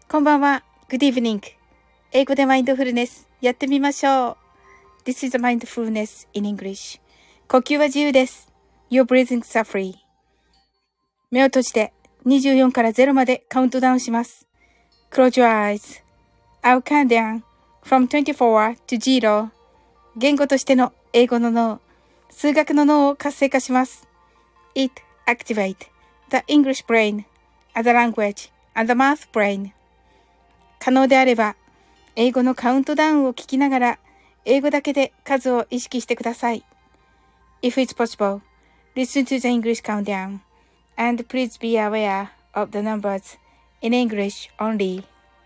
こんばんは。Good evening. 英語でマインドフルネスやってみましょう。This is mindfulness in English. 呼吸は自由です。Your breathing is free. 目を閉じて24から0までカウントダウンします。Close your eyes. I'll count down from 24 to 0. 言語としての英語の脳、数学の脳を活性化します。It activates the English brain, the language, and the math brain. 可能であれば、英語のカウントダウンを聞きながら、英語だけで数を意識してください。If it's possible, listen to the English countdown, and please be aware of the numbers in English only.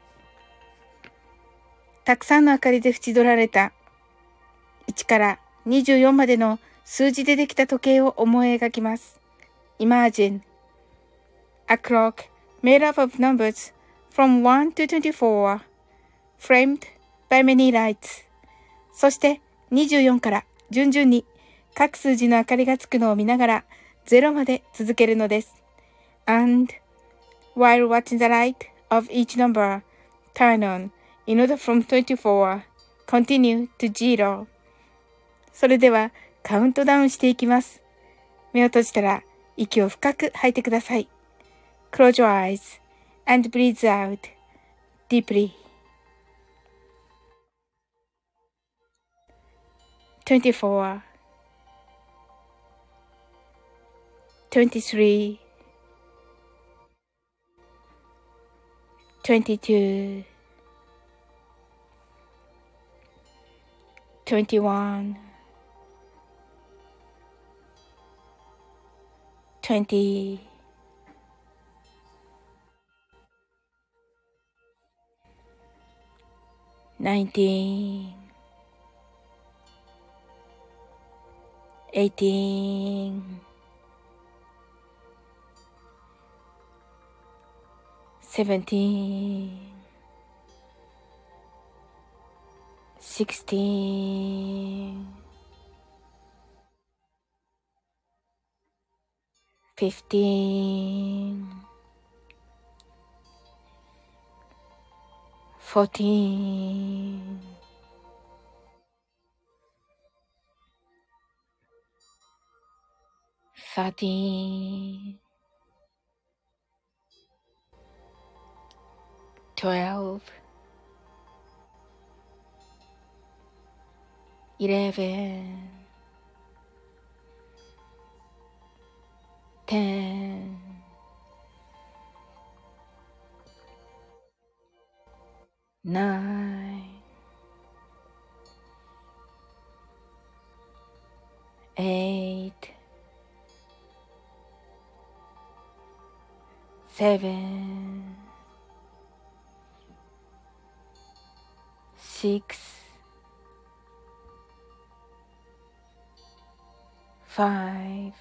たくさんの明かりで縁取られた1から24までの数字でできた時計を思い描きます。Imagine a clock made up of numbers from 1 to 24, framed by many lights. そして24から順々に各数字の明かりがつくのを見ながら0まで続けるのです。And while watching the light of each number turn on in order from 24, continue to 0. それではカウントダウンしていきます。目を閉じたら息を深く吐いてください。Close your eyes and breathe out deeply. 24, 23, 22, 21, 20, 19, 18, 17, 16, 15, 14, 13, 12, 11, 10, 9, 8, 7, 6, 5,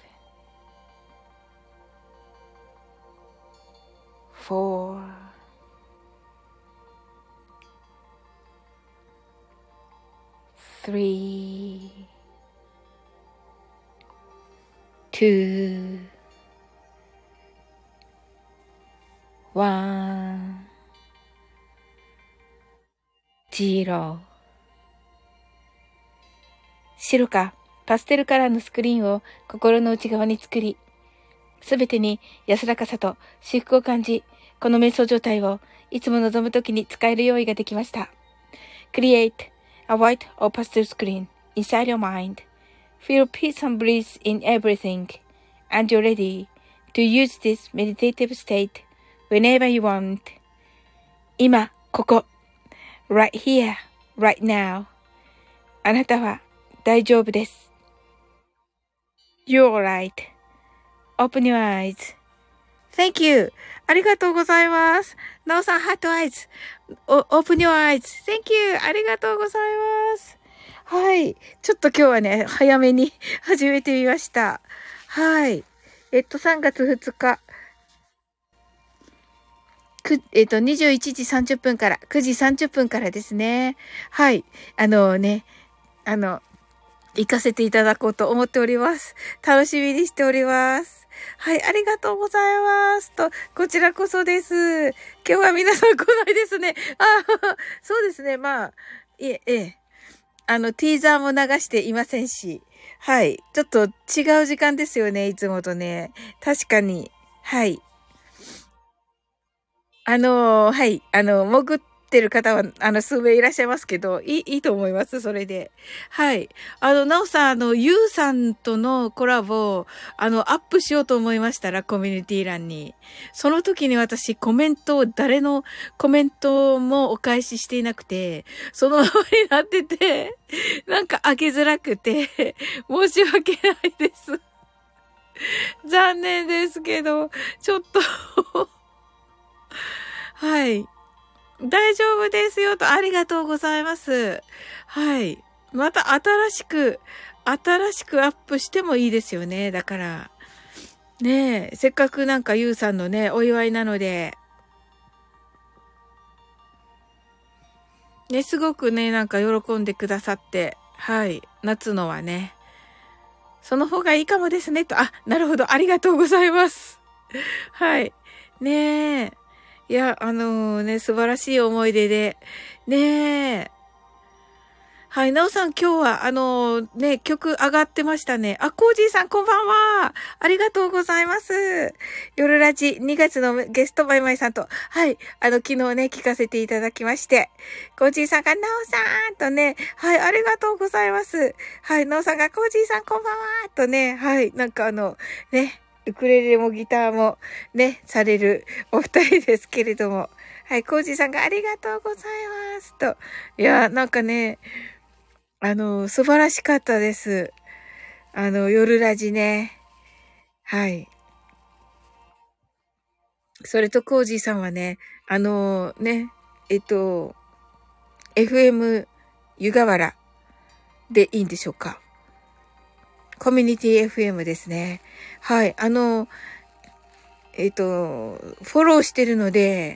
4, 3, 2, 1, 0。白かパステルカラーのスクリーンを心の内側に作り、すべてに安らかさと至福を感じ、この瞑想状態をいつも望むときに使える用意ができました。Create a white or pastel screen inside your mind. Feel peace and bliss in everything, and you're ready to use this meditative state whenever you want. 今、ここ。Right here, right now. あなたは大丈夫です。You're right.Open your eyes. Thank you. ありがとうございます。なおさん、ハートアイズ。Open your eyes. Thank you. ありがとうございます。はい。ちょっと今日はね、早めに始めてみました。はい。3月2日。21時30分から、9時30分からですね。はい。行かせていただこうと思っております。楽しみにしております。 はい、ありがとうございますと、こちらこそです。今日は皆さん来ないですね。そうですね。まあ、ティーザーも流していませんし。はい。ちょっと違う時間ですよね、いつもとね。確かに。はい。はい。潜ってる方は、数名いらっしゃいますけど、いいと思います、それで。はい。なおさん、ゆうさんとのコラボ、アップしようと思いましたら、コミュニティ欄に。その時に私、誰のコメントもお返ししていなくて、そのままになってて、なんか開けづらくて、申し訳ないです。残念ですけど、ちょっとはい。大丈夫ですよと、ありがとうございます。はい。また新しくアップしてもいいですよね。だから。ねえ、せっかくなんかゆうさんのね、お祝いなので、ね、すごくね、なんか喜んでくださって、はい。夏のはね、その方がいいかもですね、と。なるほど。ありがとうございます。はい。ねえ。いや、素晴らしい思い出で。ねえ。はい、なおさん今日は曲上がってましたね。コージーさんこんばんは。ありがとうございます。夜ラジ2月のゲストバイマイさんと、はい、昨日ね、聞かせていただきまして、コージーさんがなおさんとね、はい、ありがとうございます。はい、なおさんがコージーさんこんばんはとね、はい、なんかね、ウクレレもギターもね、されるお二人ですけれども、はい、コージーさんがありがとうございますと、いや、なんかね、素晴らしかったです。夜ラジね。はい。それと、コージーさんはね、ね、FM 湯河原でいいんでしょうか。コミュニティ FM ですね。はい。フォローしてるので、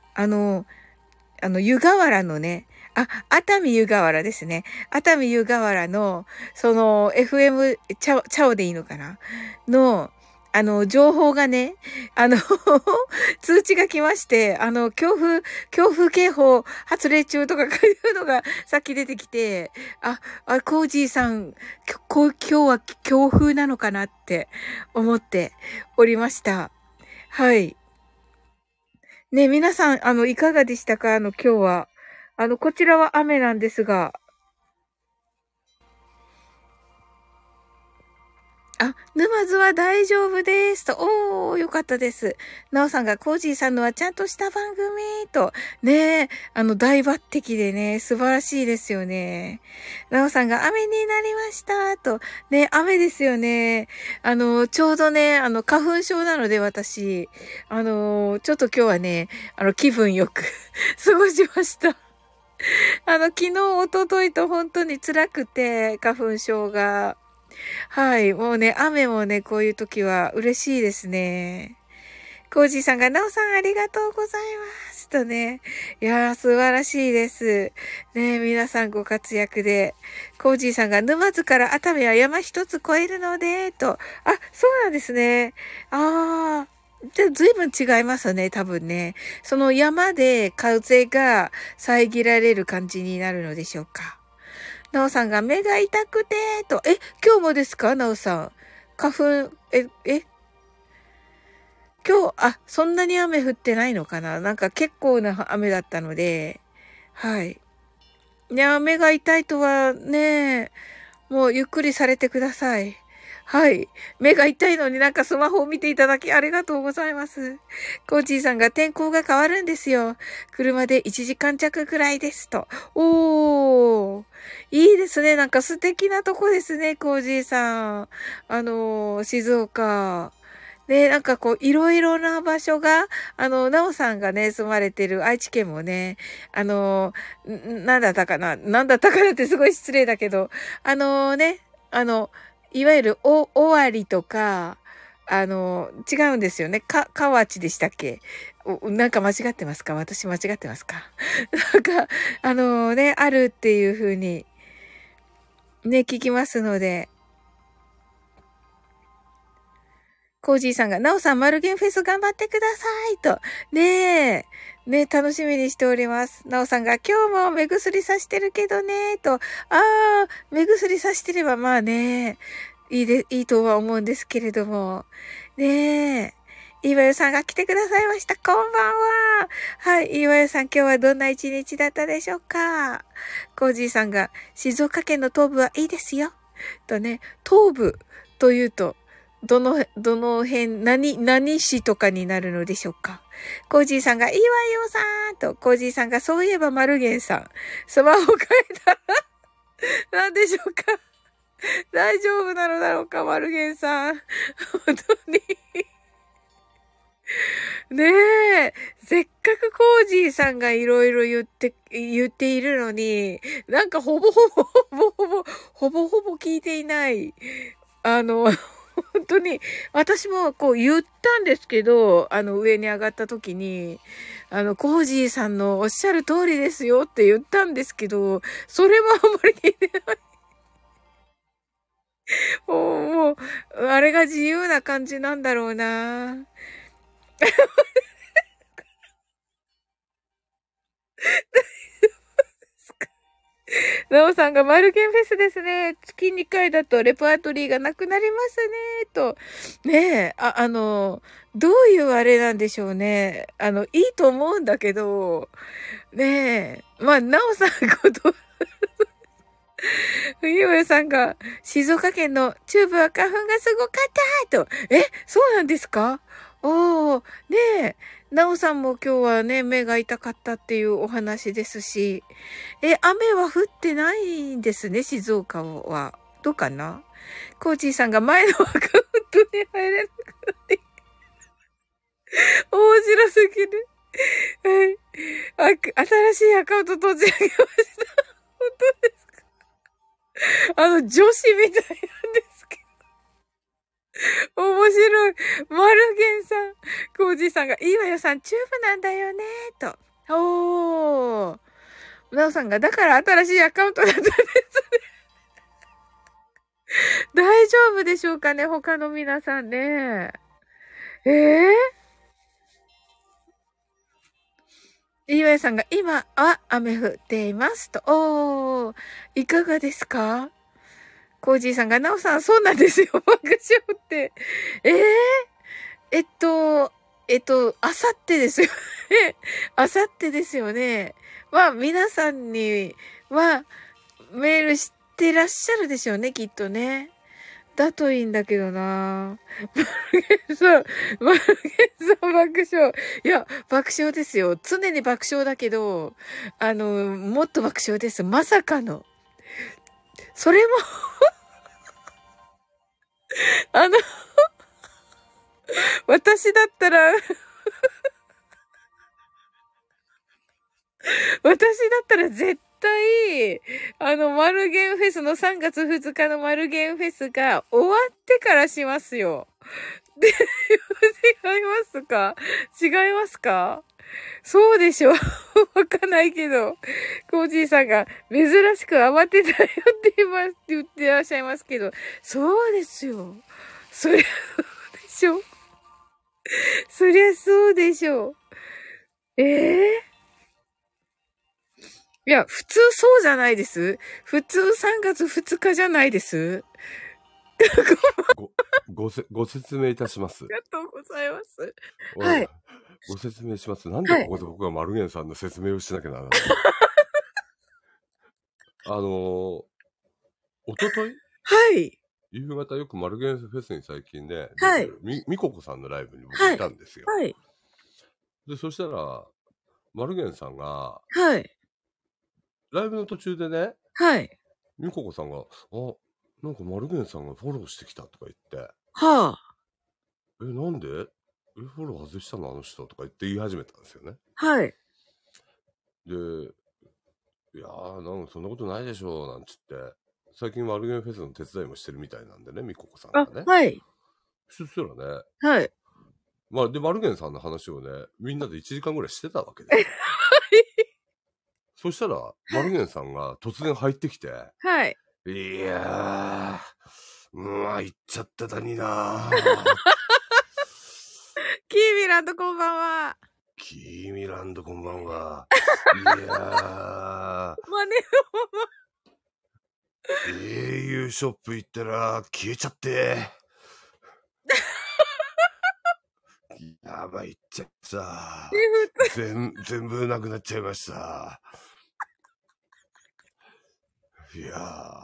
湯河原のね、熱海湯河原ですね。熱海湯河原の、FM、チャオでいいのかなの、情報がね、通知が来まして、強風警報発令中とかいうのがさっき出てきて、コージーさん、今日は強風なのかなって思っておりました。はい。ね、皆さん、いかがでしたか今日は。こちらは雨なんですが。沼津は大丈夫ですと。よかったです。なおさんがコージーさんのはちゃんとした番組と。ねえ、大抜擢でね、素晴らしいですよね。なおさんが雨になりましたと。ね、雨ですよね。ちょうどね、花粉症なので私、ちょっと今日はね、気分よく過ごしました。昨日、一昨日と本当に辛くて、花粉症が。はい。もうね、雨もね、こういう時は嬉しいですね。コージーさんが、なおさんありがとうございます。とね。いやー、素晴らしいです。ね、皆さんご活躍で。コージーさんが、沼津から熱海は山一つ越えるので、と。そうなんですね。じゃあ、随分違いますね、多分ね。その山で風が遮られる感じになるのでしょうか。なおさんが目が痛くて、と。今日もですかなおさん。花粉、今日、そんなに雨降ってないのかななんか結構な雨だったので、はい。いや、目が痛いとはね、もうゆっくりされてください。はい。目が痛いのになんかスマホを見ていただきありがとうございます。コーチーさんが天候が変わるんですよ。車で1時間弱くらいですと。いいですね。なんか素敵なとこですね、コージーさん。静岡。ね、なんかこう、いろいろな場所が、なおさんがね、住まれてる愛知県もね、なんだったかなってすごい失礼だけど、ね、いわゆる尾張とか、違うんですよね。河内でしたっけなんか間違ってますか私間違ってますかなんか、ね、あるっていう風に、ね、聞きますので、 コージーさんが、なおさん、マルゲンフェス頑張ってくださいと。ねえ。ね、楽しみにしております。なおさんが、今日も目薬さしてるけどね、と。目薬さしてればまあね、いいとは思うんですけれども。ねえ。いわゆさんが来てくださいました。こんばんは。はい。いわゆさん、今日はどんな一日だったでしょうか。コージーさんが、静岡県の東部はいいですよ。とね、東部というと、どの辺、何市とかになるのでしょうか。コージーさんが、いわよさんと、コージーさんが、そういえばマルゲンさん、スマホ変えたら、なんでしょうか。大丈夫なのだろうか、マルゲンさん。本当に。ねえ、せっかくコージーさんがいろいろ言っているのに、なんかほぼ聞いていない。本当に、私もこう言ったんですけど、上に上がった時に、コージーさんのおっしゃる通りですよって言ったんですけど、それもあんまり聞いてない。もう、あれが自由な感じなんだろうな。なおさんがマルゲンフェスですね。月2回だとレパートリーがなくなりますね。と。ねえ、どういうあれなんでしょうね。いいと思うんだけど、ねえ、まあ、なおさん冬上さんが、静岡県の中部は花粉がすごかったと。そうなんですか？おー、ねえ、なおさんも今日はね、目が痛かったっていうお話ですし、雨は降ってないんですね、静岡は。どうかな？コーチーさんが前のアカウントに入れなくて、面白すぎる。はい。新しいアカウント閉じ上げました。本当です。女子みたいなんですけど。面白い。マルゲンさん。コージーさんが、いいわよさん、チューブなんだよね、と。おー。なおさんが、だから新しいアカウントだったんですね。大丈夫でしょうかね、他の皆さんね。岩井さんが、今は雨降っていますと。おー。いかがですか？コージーさんが、なおさん、そうなんですよ。爆笑って。えー、あさってですよね。あさってですよね。まあ、皆さんにはメールしてらっしゃるでしょうね、きっとね。だといいんだけどな。マルゲンさん爆笑。いや、爆笑ですよ。常に爆笑だけど、もっと爆笑です。まさかの。それもあの、私だったら私だったら絶対、マルゲンフェスの3月2日のマルゲンフェスが終わってからしますよ。で、違いますか？違いますか？そうでしょ？わかんないけど、コージーさんが珍しく慌てたよって言ってらっしゃいますけど、そうですよ。そりゃそうでしょ？そりゃそうでしょう。いや、普通そうじゃないです。普通3月2日じゃないです。 ご説明いたします。 ありがとうございます。 はい。ご説明します。なんでここで僕がマルゲンさんの説明をしなきゃならないの？おとといはい。 夕方よくマルゲンフェスに最近ね、 はい。 みここさんのライブに僕行ったんですよ。 はい。 で、そしたら、マルゲンさんが、 はい。 ライブの途中でね、 はい。 みここさんが、なんかマルゲンさんがフォローしてきたとか言って、 はあ。 なんでフォロー外したのあの人とか言い始めたんですよね。 はい。 で、いやー、なんかそんなことないでしょう、なんつって、最近マルゲンフェスの手伝いもしてるみたいなんでね、みここさんがね。 はい。 そしたらね、 はい。 まあ、で、マルゲンさんの話をね、みんなで1時間ぐらいしてたわけですよ。そしたら、マルゲンさんが突然入ってきて、 はい。 いやー、まあ、言っちゃってたになー。 キーミランドこんばんは。 キーミランドこんばんは。いやー。 マネ au ショップ行ったら消えちゃって。やばいっちゃさ。全部なくなっちゃいました。いや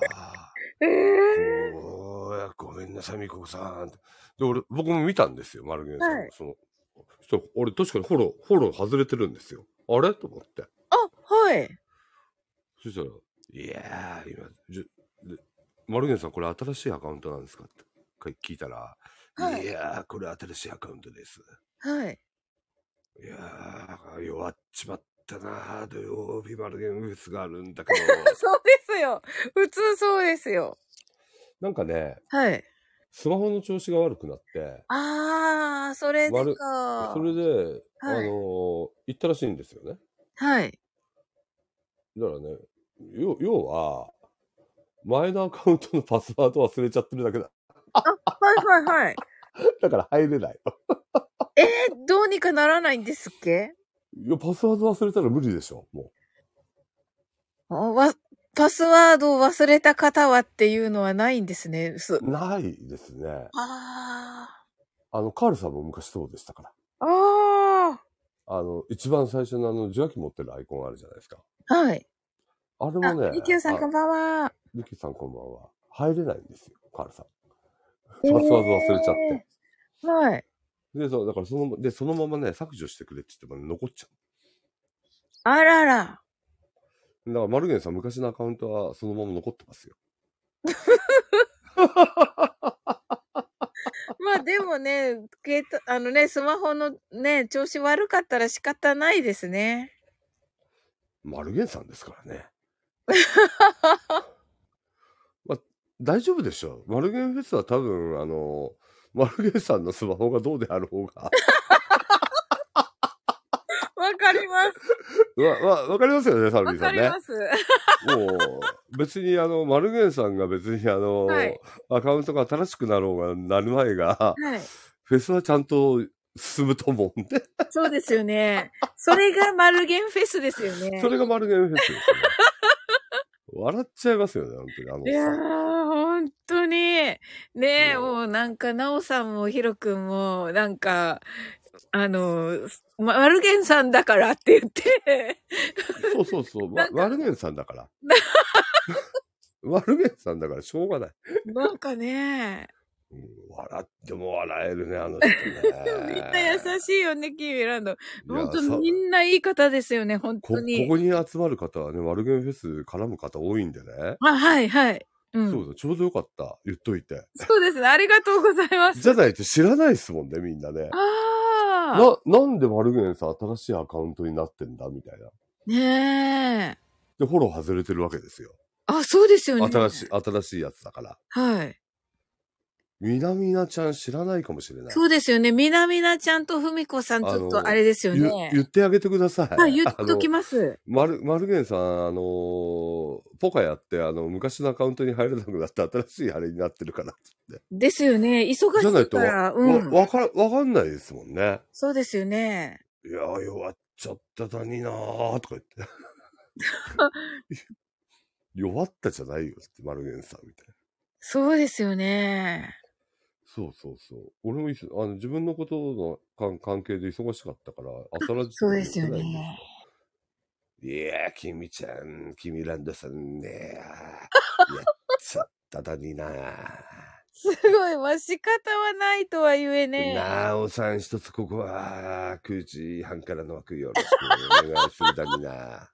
ー。ごめんなさい、みこさん。で、僕も見たんですよ、マルゲンさん。はい、俺確かにフォロー外れてるんですよ。あれと思って。 あ、はい。 そしたら、いやー、マルゲンさんこれ新しいアカウントなんですかって聞いたら、はい、いやー、これ新しいアカウントです。はい。いやー、弱っちまったなー、土曜日マルゲンフェスがあるんだけど。 そうですよ。普通そうですよ。 なんかね、 はい。 スマホの調子が悪くなって。 あー、それでか。 それで、はい、行ったらしいんですよね。 はい。 だからね、要は、前のアカウントのパスワード忘れちゃってるだけだ。 はいはいはい。 だから入れない。 どうにかならないんですっけ？ いや、パスワード忘れたら無理でしょ、もう。パスワードを忘れた方はっていうのはないんですね。 ないですね。 ああ。カールさんも昔そうでしたから。 ああ。一番最初の受話器持ってるアイコンあるじゃないですか。 はい。 あれもね。 リキューさんこんばんは。 リキューさんこんばんは。入れないんですよ、カールさん。パスワード忘れちゃって。 はい。 で、そう、だからそのままね、削除してくれって言っても、ね、残っちゃう。 あらら。 だから、マルゲンさん、昔のアカウントはそのまま残ってますよ。 まあでもね、スマホのね、調子悪かったら仕方ないですね。 マルゲンさんですからね。まあ、大丈夫でしょう。マルゲンフェスは多分、マルゲンさんのスマホがどうである方が。 わかります。 わかりますよね、サルビーさんね。 わかります。 もう、別にマルゲンさんが別にはい、アカウントが新しくなろうがなる前が、はい、フェスはちゃんと進むと思うんで。 そうですよね。それがマルゲンフェスですよね。 それがマルゲンフェスですね。笑っちゃいますよね、本当に。 いやー、本当に。ねえ、もうなんか、なおさんもひろくんも、なんか、マルゲンさんだからって言って。 そう。マルゲンさんだから。マルゲンさんだからしょうがない。 なんかね。 笑っても笑えるね、あの人ね。 みんな優しいよね、キーミランド。本当みんないい方ですよね、本当に。 ここに集まる方はね、マルゲンフェス絡む方多いんでね。 はい。 うん、そうだ、ちょうどよかった。言っといて。 そうですね、ありがとうございます。 じゃないと知らないですもんね、みんなね。なんでマルゲンさん新しいアカウントになってんだみたいな。ねえ。で、フォロー外れてるわけですよ。 あ、そうですよね。 新しいやつだから。 はい。 みなみなちゃん知らないかもしれない。 そうですよね。みなみなちゃんとふみこさんちょっとあれですよね。 言ってあげてください。 はい、言っときます。 マルゲンさん、ポカやって、昔のアカウントに入れなくなって新しいあれになってるからって。 ですよね。忙しいから。じゃないとわかんないですもんね。 そうですよね。 いやー、弱っちゃっただになーとか言って。弱ったじゃないよって、マルゲンさんみたいな。そうですよね。そう。俺も自分のことの関係で忙しかったから、朝ラジそうですよね。 いやー、君ちゃん、君ランドさんね、やっちゃっただにな。 すごい、まあ、仕方はないとは言えねえ。 なおさん一つここは、9時半からの枠よろしくお願いするだにな。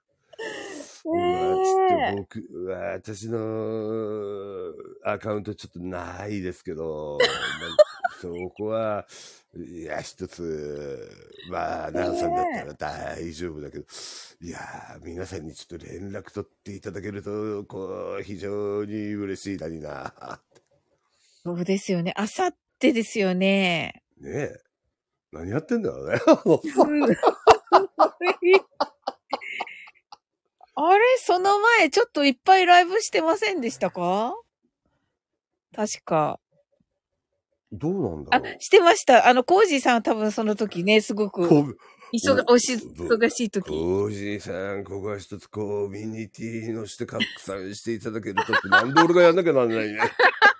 私のアカウントちょっとないですけど、そこは、いや、一つ、まあ、ナンさんだったら大丈夫だけど、いや、皆さんにちょっと連絡取っていただけると、非常に嬉しいだにな。 そうですよね。あさってですよね。 ねえ。何やってんだろうね。 あれその前ちょっといっぱいライブしてませんでしたか？確か。 どうなんだろう。 してました。コージーさんは多分その時ね、すごく忙しい時。 コージーさん、ここは一つコミュニティのして拡散していただけるとって、なんで俺がやんなきゃなんないね。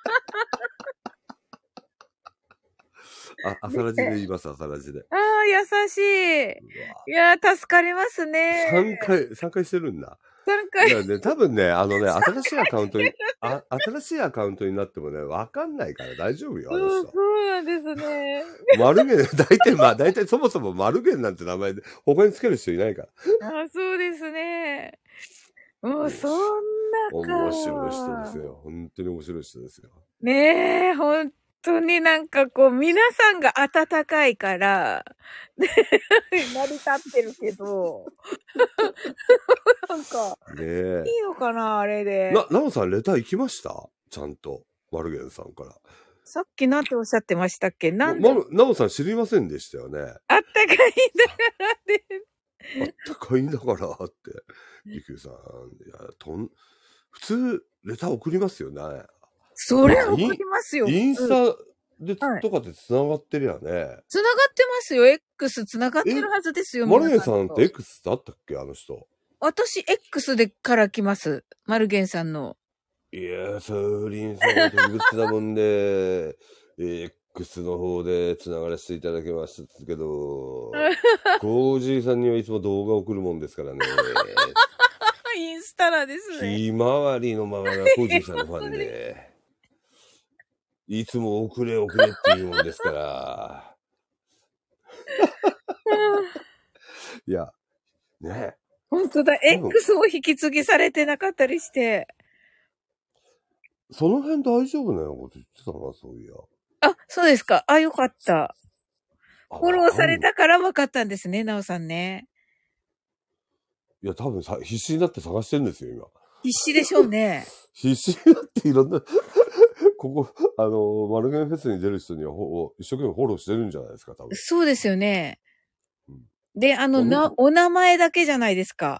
朝ラジで言います、朝ラジで。 ああ、優しい。いやー、助かりますね。 3回してるんだ。 3回。 いやね、多分ね、新しいアカウントになってもね、わかんないから大丈夫よ、あの人。 そうなんですね。 丸源、大体そもそも丸源なんて名前で他につける人いないから。 あ、そうですね。もうそんなか。 面白い人ですよ。本当に面白い人ですよ。 ねえ、本当になんかこう、皆さんが温かいから、成り立ってるけど、なんか、 ねえ。 いいのかな、あれで。 なおさん、レター行きましたちゃんと。丸源さんから。 さっきなんておっしゃってましたっけ？ なおさん知りませんでしたよね。 あったかいんだからね。 あったかいんだからって。ゆきゅうさん。いや、普通、レター送りますよね。 それ送りますよ。 インスタで、とかで繋がってりゃね。 繋がってますよ。X 繋がってるはずですよ。 マルゲンさんって X ってあったっけあの人。 私、X でから来ます。マルゲンさんの。 いや、サウリンさんは特別なもんで、X の方で繋がらせていただきましたけど、コージーさんにはいつも動画送るもんですからね。 インスタラですね。 ひまわりのままがコージーさんのファンで、いつも送れって言うもんですから。いや、ね。 本当だ。X を引き継ぎされてなかったりして。 その辺大丈夫なこと言ってたな、そういや。 あ、そうですか。あ、よかった。フォローされたから分かったんですね、なおさんね。 いや、多分必死になって探してるんですよ、今。 必死でしょうね。 必死になっていろんな、ここ、マルゲンフェスに出る人には一生懸命フォローしてるんじゃないですか、多分。 そうですよね。で、お名前だけじゃないですか。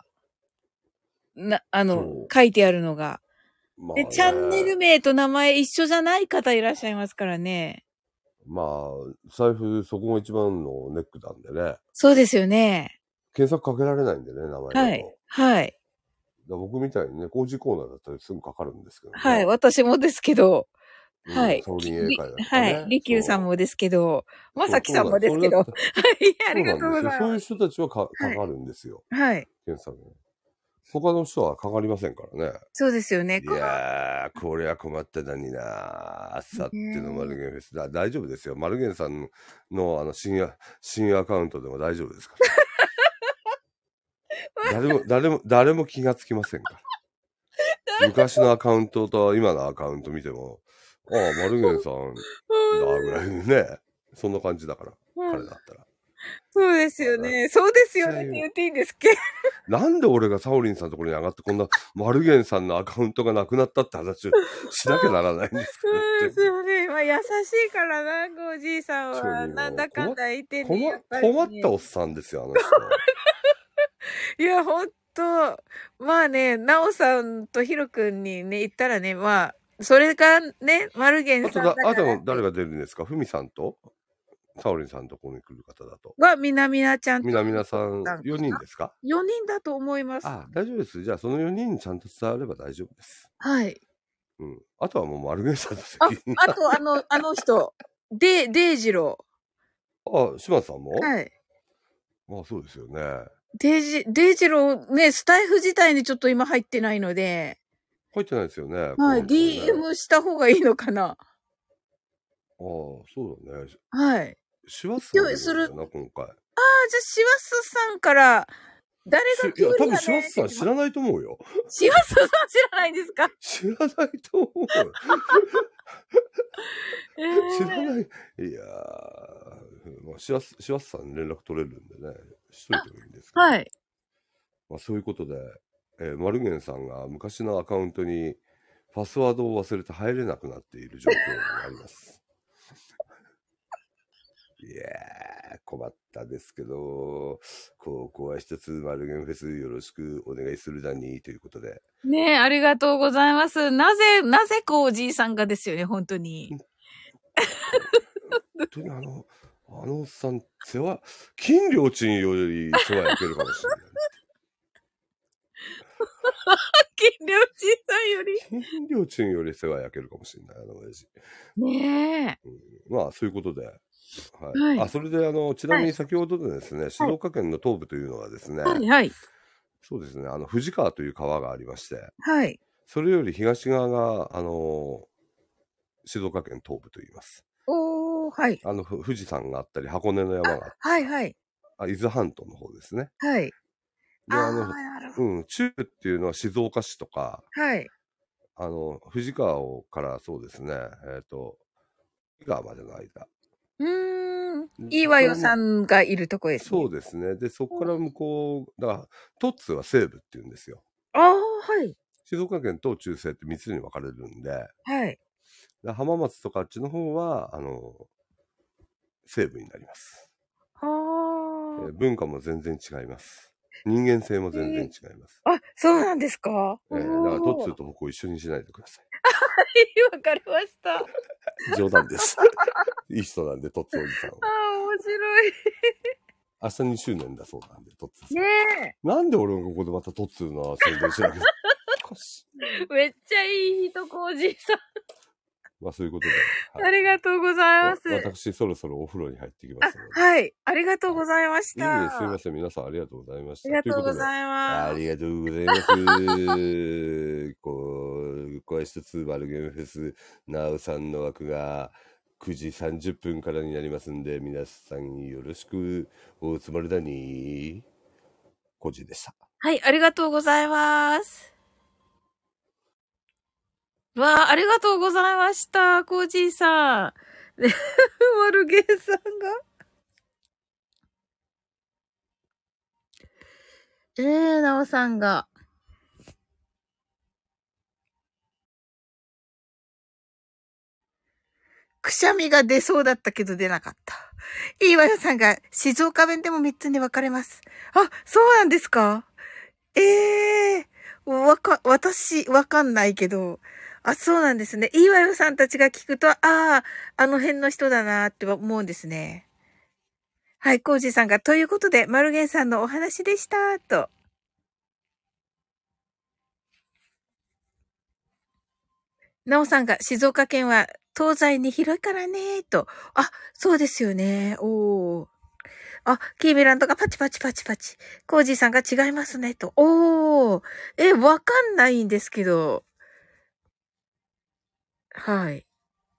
書いてあるのが。まあね、で、チャンネル名と名前一緒じゃない方いらっしゃいますからね。 まあ、財布、そこが一番のネックなんでね。 そうですよね。 検索かけられないんでね、名前だと。 はい。はい。 僕みたいにね、工事コーナーだったらすぐかかるんですけどね。 はい。私もですけど。はい。 サオリン英会話とかね。 はい。リキューさんもですけど、まさきさんもですけど。はい。ありがとうございます。 そういう人たちはかかるんですよ。 はい。 検索。他の人はかかりませんからね。 そうですよね。 いやー、これは困ったのにな。あさってのマルゲンフェス。大丈夫ですよ。マルゲンさんの新アカウントでも大丈夫ですから。誰も気がつきませんから。昔のアカウントと今のアカウント見ても、ああ、マルゲンさんだぐらいね。そんな感じだから、彼だったら。 そうですよね。そうですよねって言っていいんですっけ？ なんで俺がサオリンさんのところに上がってこんなマルゲンさんのアカウントがなくなったって話をしなきゃならないんですかそうですよね。まあ優しいからな、おじいさんは。なんだかんだ言ってね。 困ったおっさんですよ、あの人。 いや、ほんと。まあね、なおさんとひろくんにね、言ったらね、まあ、それがね、マルゲンさんだから。 あと誰が出るんですか？ふみさんとサオリンさんとここに来る方だと。 みなみなちゃんと。 みなみなさん、4人ですか？ 4 人だと思います。 あ、大丈夫です。じゃあ、その4人にちゃんと伝われば大丈夫です。 はい。 うん。あとはもうマルゲンさんの責任。 あと、あの人。デイジロー。あ、島津さんも？ はい。 まあ、そうですよね。 デイジローね、スタイフ自体にちょっと今入ってないので。 入ってないですよね。 はい。DM した方がいいのかな。ああ、 そうだね。 はい。 シワスさんだな、今回。 じゃあ、シワスさんから、誰がいや、多分シワスさん知らないと思うよ。 シワスさん知らないんですか？ 知らないと思う。知らない。いやー、まあ、シワスさんに連絡取れるんでね、しといてもいいんですけど。 はい。 まあ、そういうことで、マルゲンさんが昔のアカウントにパスワードを忘れて入れなくなっている状況があります。いやー、困ったですけど、ここは一つマルゲンフェスよろしくお願いするだにということで。 ねえ、ありがとうございます。なぜおじいさんがですよね、本当に。 本当にあのおっさん、金良鎮より世話焼けるかもしれない。 金良鎮さんより。 金良鎮より世話焼けるかもしれない、親父。 ねえ。 まあ、そういうことで。はい。 はい。 それでちなみに先ほどでですね、静岡県の東部というのはですね、 はい、はい。 そうですね、富士川という川がありまして、 はい。 それより東側が、静岡県東部と言います。 おー、はい。 富士山があったり、箱根の山があったり、 はい、はい。 伊豆半島の方ですね。 はい。 で、 なるほど。 中部っていうのは静岡市とか、 はい。 富士川からそうですね、富川までの間。 いいわよさんがいるとこですね。 そうですね。で、そこから向こう、だから、トッツは西部って言うんですよ。 ああ、はい。 静岡県と中西って3つに分かれるんで、 はい。 浜松とかあっちの方は、西部になります。文化も全然違います。人間性も全然違います。 あ、そうなんですか？ だからトッツーと僕を一緒にしないでください。 わかりました。 冗談です。いい人なんで、トッツーおじさんは。 面白い。 明日2周年だそうなんで、トッツーさん。 ねえ。 なんで俺がここでまたトッツーの宣伝しなきゃ。 めっちゃいい人、コージーさん。 まあそういうことで。 ありがとうございます。 私、そろそろお風呂に入ってきましたので。 はい。ありがとうございました。 いえ、すいません。皆さんありがとうございました。 ありがとうございます。 ありがとうございます。これ一つ、マルゲンフェス、なおさんの枠が9時30分からになりますんで、皆さんよろしくおつまりだに。コジでした。 はい、ありがとうございます。わあ、ありがとうございました、コージーさん。マルゲンさんが。なおさんが。くしゃみが出そうだったけど出なかった。いいわよさんが静岡弁でも3つに分かれます。あ、そうなんですか？私、わかんないけど。あ、そうなんですね。いいわよさんたちが聞くと、あの辺の人だなって思うんですね。はい、コージーさんが、ということで、マルゲンさんのお話でした、と。なおさんが、静岡県は東西に広いからね、と。あ、そうですよね。おー。あ、キーミランドがパチパチパチパチ。コージーさんが違いますね、と。おー。わかんないんですけど。はい。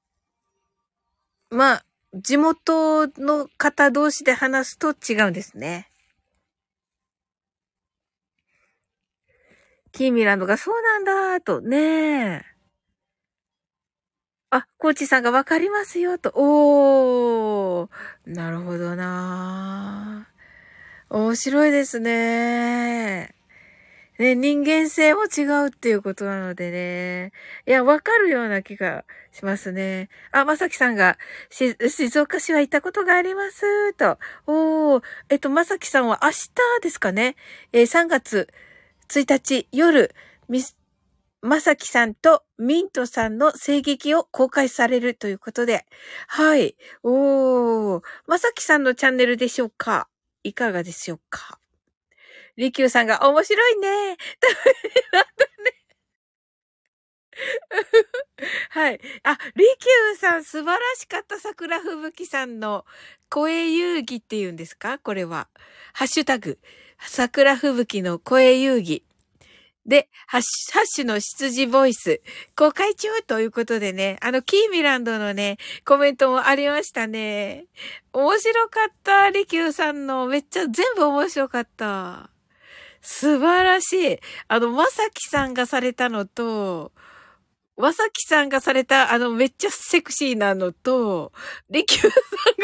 まあ、地元の方同士で話すと違うんですね。キーミランドがそうなんだ、と。ねえ。あ、コーチさんがわかりますよ、と。おー。なるほどなー。面白いですね。ね、人間性も違うっていうことなのでね。いや、わかるような気がしますね。あ、まさきさんが、静岡市は行ったことがあります、と。おー。まさきさんは明日ですかね。3月1日夜、まさきさんとミントさんの声劇を公開されるということで。はい。おー。まさきさんのチャンネルでしょうか？いかがでしょうか？りきゅうさんが面白いね。はい。あ、りきゅうさん素晴らしかった。桜吹雪さんの声遊戯っていうんですか？これは。ハッシュタグ。桜吹雪の声遊戯。で、ハッシュの羊ボイス、公開中ということでね、キーミランドのね、コメントもありましたね。面白かった、リキューさんの。めっちゃ全部面白かった。素晴らしい。まさきさんがされたのと、まさきさんがされた、めっちゃセクシーなのと、リキュー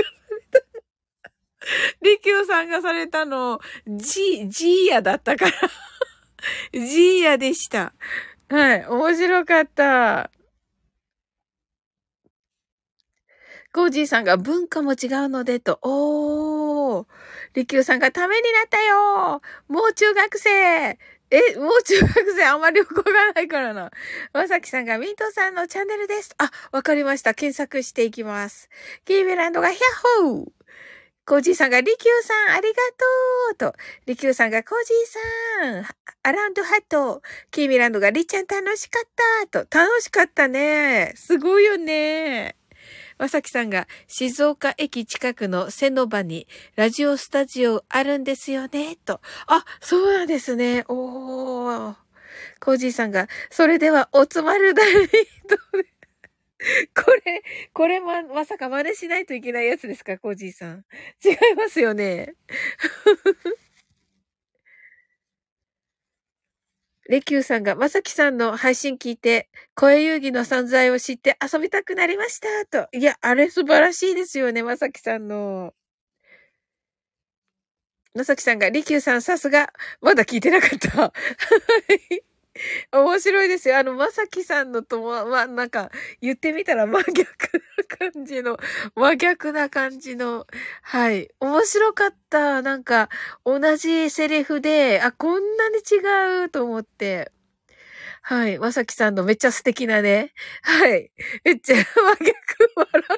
さんがされたの、ジーヤだったから。ジーヤでした。はい、面白かった。コージーさんが文化も違うのでと、リキューさんがためになったよ。もう中学生。 もう中学生あんまりよくわからないからな。まさきさんがミントさんのチャンネルです。あ、わかりました。検索していきます。キーミランドがヒャッホー。コージーさんがリキューさんありがとうと。リキューさんがコージーさん、アラウンドハット。キーミランドがリちゃん楽しかったと。楽しかったね。すごいよね。まさきさんが静岡駅近くの瀬の場にラジオスタジオあるんですよね、と。あ、そうなんですね。おー。コージーさんが、それではおつまるだいと。これまさか真似しないといけないやつですか、コージーさん。違いますよね。レキューさんが、まさきさんの配信聞いて、声遊戯の存在を知って遊びたくなりました、と。いや、あれ素晴らしいですよね、まさきさんの。まさきさんが、リキューさんさすが、まだ聞いてなかった。はい。面白いですよ。まさきさんのとなんか、言ってみたら真逆な感じの、はい。面白かった。なんか、同じセリフで、あ、こんなに違うと思って。はい。まさきさんのめっちゃ素敵なね。はい。めっちゃ真逆笑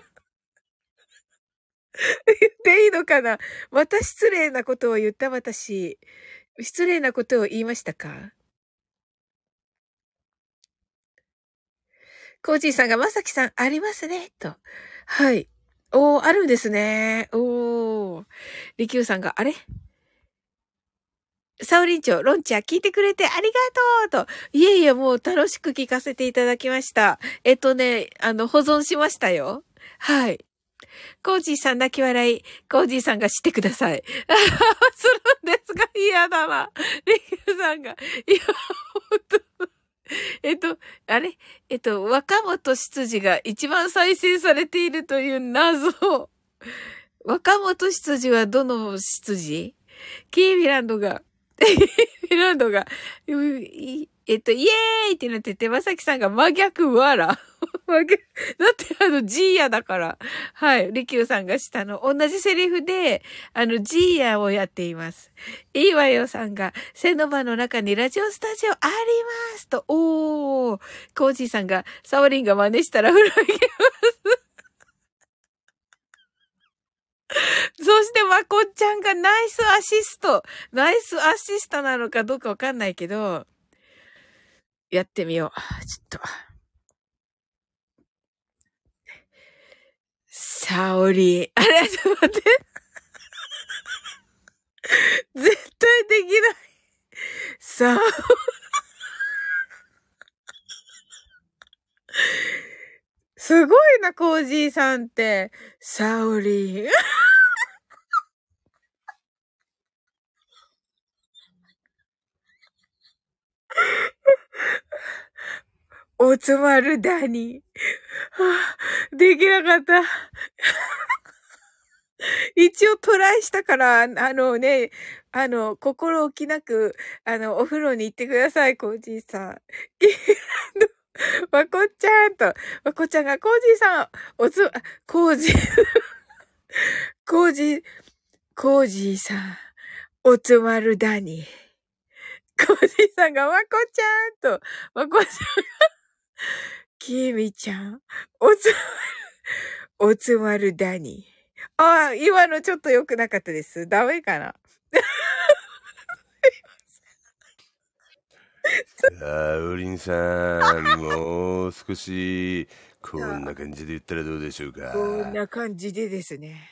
っていいのかな。また失礼なことを言った私。失礼なことを言いましたか？コージーさんがまさきさんありますね、と。はい。おー、あるんですね。おー。リキューさんが、あれサオリンチョ、ロンチャ聞いてくれてありがとうと。いえいえ、もう楽しく聞かせていただきました。保存しましたよ。はい。コージーさん泣き笑い。コージーさんがしてください。するんですが嫌だな。リキューさんが、いや、ほんと。えっと、あれ若本執事が一番再生されているという謎。若本執事はどの執事？キーミランドが、ミランドが、イエーイってなってて、まさきさんが真逆わら。真逆。だってジーヤだから。はい。リキューさんがしたの。同じセリフで、ジーヤをやっています。いいわよさんが、セノバの中にラジオスタジオありますと。おー。コージーさんが、サオリンが真似したら裏切ります。そしてまこっちゃんがナイスアシスト。ナイスアシストなのかどうかわかんないけど、やってみよう。ちょっと。サオリン。あれ、ちょっと待って。絶対できない。さあ。すごいな、コージーさんって。サオリン。おつまるダニ。はあ、できなかった。一応トライしたから、心置きなく、お風呂に行ってください、コージーさん。まこっちゃんと、まこっちゃんが、コージーさん、コージー、コージー、コージーさん、おつまるだに。コージーさんが、まこちゃんと、まこちゃんが、きみちゃん、おつまるだに。ああ、今のちょっと良くなかったです。ダメかな。 ウリンさん、もう少し、こんな感じで言ったらどうでしょうか。 こんな感じでですね。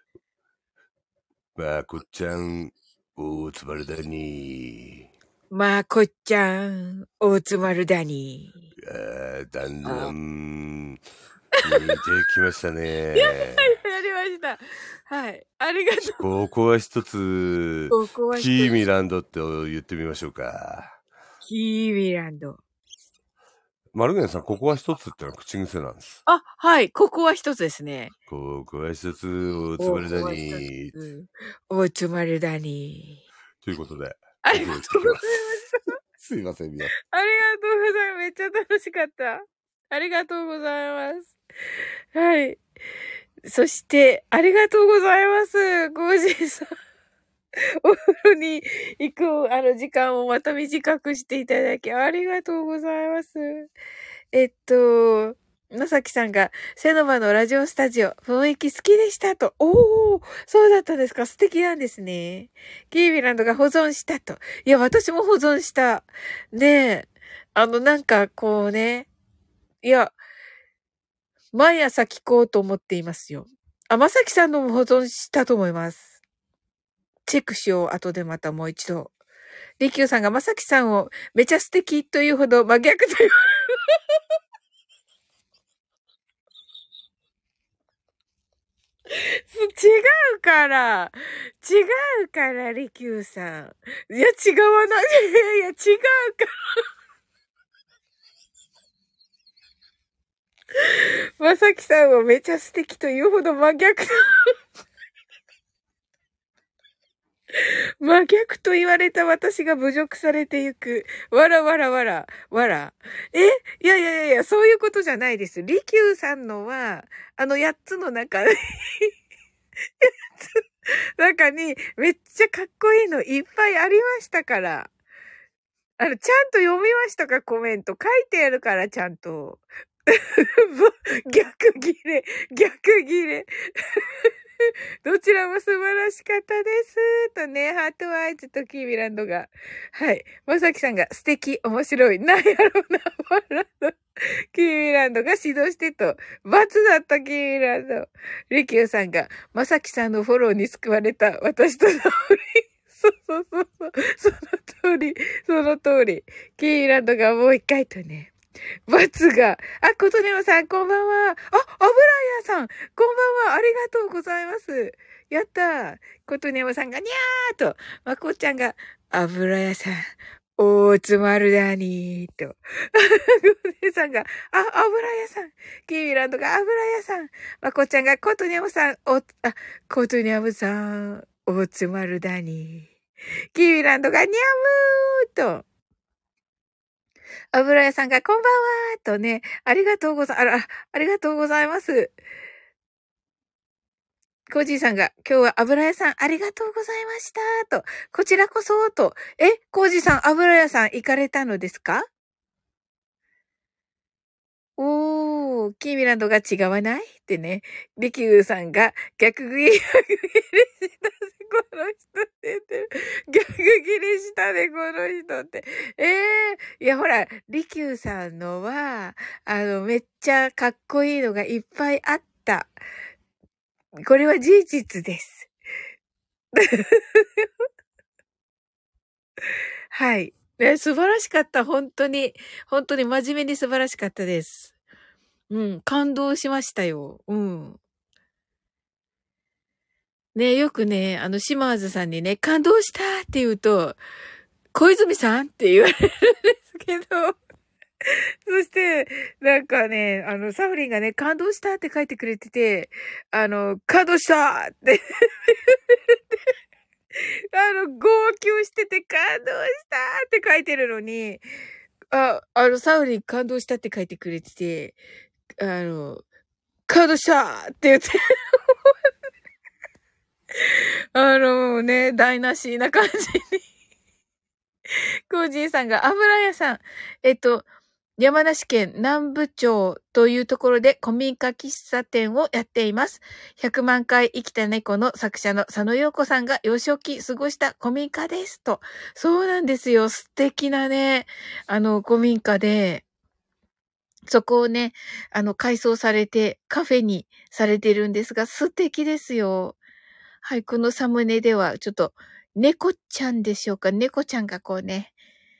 まこっちゃん、おつまるだに。 まこっちゃん、おつまるだに。 だんだん、似てきましたね。 やりました。はい。ありがとう。 ここは一つ、キーミランドって言ってみましょうか。 キーミランド。 マルゲンさん、ここは一つってのは口癖なんです。 あ、はい。ここは一つですね。 ここは一つ、おつまりだに。 おつまりだに。 ということで。 ありがとうございます。 すいません、皆さん。 ありがとうございます。めっちゃ楽しかった。ありがとうございます。はい。そして、ありがとうございます。ゴージーさん。 お風呂に行く、時間をまた短くしていただき、ありがとうございます。まさきさんが、セノバのラジオスタジオ、雰囲気好きでしたと。おー、そうだったんですか。素敵なんですね。キービランドが保存したと。いや、私も保存した。ねえ。なんか、こうね。いや、毎朝聞こうと思っていますよ。まさきさんのも保存したと思います。チェックしよう。後でまたもう一度。リキューさんがまさきさんをめちゃ素敵というほど真逆という。違うから。違うから、リキューさん。いや、違わない。いや、違うから。まさきさんをめちゃ素敵というほど真逆。真逆と言われた私が侮辱されてゆく。わらわらわら、わら。いやいやいやいや、そういうことじゃないです。リキューさんのは、8つの中に中に、めっちゃかっこいいのいっぱいありましたから。ちゃんと読みましたかコメント。書いてあるから、ちゃんと。逆ギレ、逆ギレ。どちらも素晴らしかったです。とね、ハートアイズとキーミランドが。はい。まさきさんが素敵、面白い。なんやろな、笑う。キーミランドが指導してと。罰だったキーミランド。リキューさんが、まさきさんのフォローに救われた。私とのそうそうそうそう。その通り、その通り。キーミランドがもう一回とね。罰が。ことねまさん、こんばんは。油屋さん、こんばんは。ありがとうございます。やったー。ことねまさんが、にゃーと、まこっちゃんが、油屋さん、おつまるだにーと。ことねさんが、油屋さん。キーミランドが、油屋さん。まこっちゃんが、ことねまさん、ことねまさん、おつまるだにー。キーミランドが、にゃむーと。油屋さんが、こんばんはーとね、ありがとうござい、ありがとうございます。コージーさんが、今日は油屋さんありがとうございましたと、こちらこそと、コージーさん油屋さん行かれたのですか？おー、キーミランドが違わないってね。リキューさんが逆ギレしたで、この人って言ってる。逆ギレしたで、この人って。いや、ほら、リキューさんのは、めっちゃかっこいいのがいっぱいあった。これは事実です。はい。素晴らしかった。本当に。本当に真面目に素晴らしかったです。うん、感動しましたよ。うん。ね、よくね、島津さんにね、感動したって言うと、小泉さんって言われるんですけど、そして、なんかね、サフリンがね、感動したって書いてくれてて、感動したって号泣してて感動したって書いてるのに、サウリン感動したって書いてくれてて、感動したって言って、ね、台無しな感じに。コージーさんが、油屋さん、山梨県南部町というところで古民家喫茶店をやっています。100万回生きた猫の作者の佐野陽子さんが幼少期過ごした古民家ですと。そうなんですよ。素敵なね、古民家で、そこをね、改装されてカフェにされてるんですが、素敵ですよ。はい、このサムネでは、ちょっと、猫ちゃんでしょうか？猫ちゃんがこうね、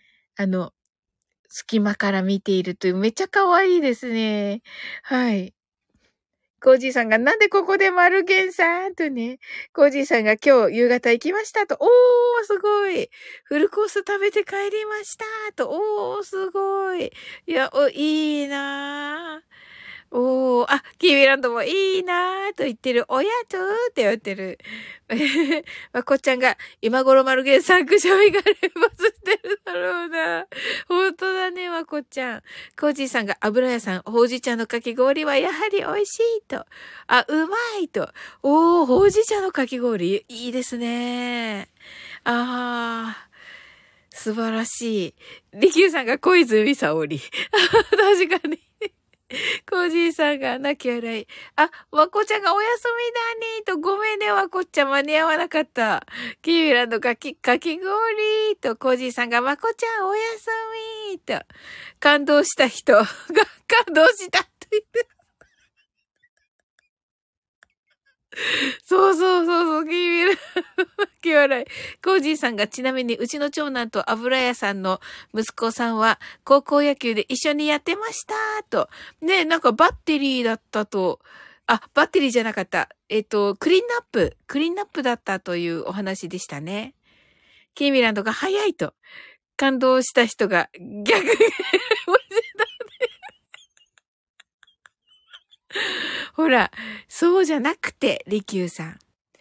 隙間から見ているという、めっちゃ可愛いですね。はい。コージーさんが、なんでここでマルゲンさんとね、コージーさんが今日夕方行きましたと、おー、すごい。フルコース食べて帰りましたと、おー、すごい。いや、いいなぁ。 おー、あ、キーミランドもいいなーと言ってる。おやつって言ってる。まこっちゃんが、今頃マルゲンさんくしゃみが連発してるだろうな。ほんとだね、まこっちゃん。コージーさんが、油屋さん、ほうじ茶のかき氷はやはり美味しいと。あ、うまいと。おー、ほうじ茶のかき氷、いいですね。あー、素晴らしい。リキューさんが小泉沙織。確かに。コージーさんが泣き笑い。あ、わこちゃんがおやすみだにと、ごめんね、わこちゃん間に合わなかった。キーミランドかき氷と、コージーさんがわこちゃんおやすみと、感動した人が感動したと言って。そうそうそうそう、キーミランド泣き笑い。コージーさんがちなみにうちの長男と油屋さんの息子さんは高校野球で一緒にやってましたと。ね、なんかバッテリーだったと。あ、バッテリーじゃなかった。クリーンナップだったというお話でしたね。キーミランドが早いと。感動した人が逆にほら、そうじゃなくて、リキューさん。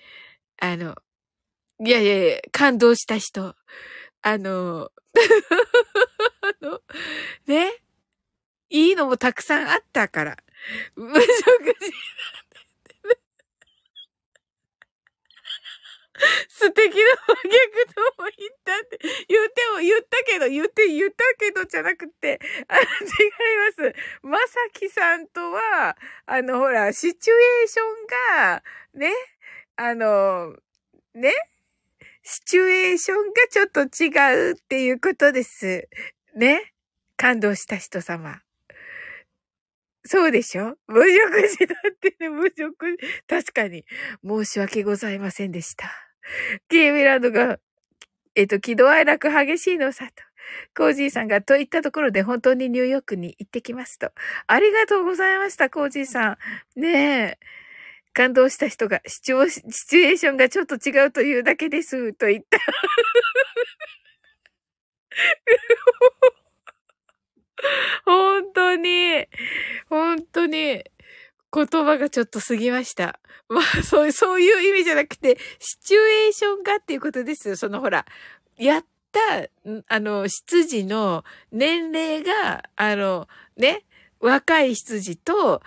いやいやいや、感動した人。あの、ね、いいのもたくさんあったから。無職児。素敵な真逆とも言ったって、言ったけどじゃなくて、違います。まさきさんとは、ほら、シチュエーションが、ね、ね、シチュエーションがちょっと違うっていうことです。ね。感動した人様。そうでしょ？無職児だってね、確かに。申し訳ございませんでした。キーミランドが、喜怒哀楽激しいのさと。コージーさんが、といったところで本当にニューヨークに行ってきますと。ありがとうございました、コージーさん。ねえ。感動した人が、シチュエーションがちょっと違うというだけです、と言った。本当に、言葉がちょっと過ぎました。まあ、そういう意味じゃなくて、シチュエーションがっていうことですよ。ほら、やった、執事の年齢が、ね、若い執事と、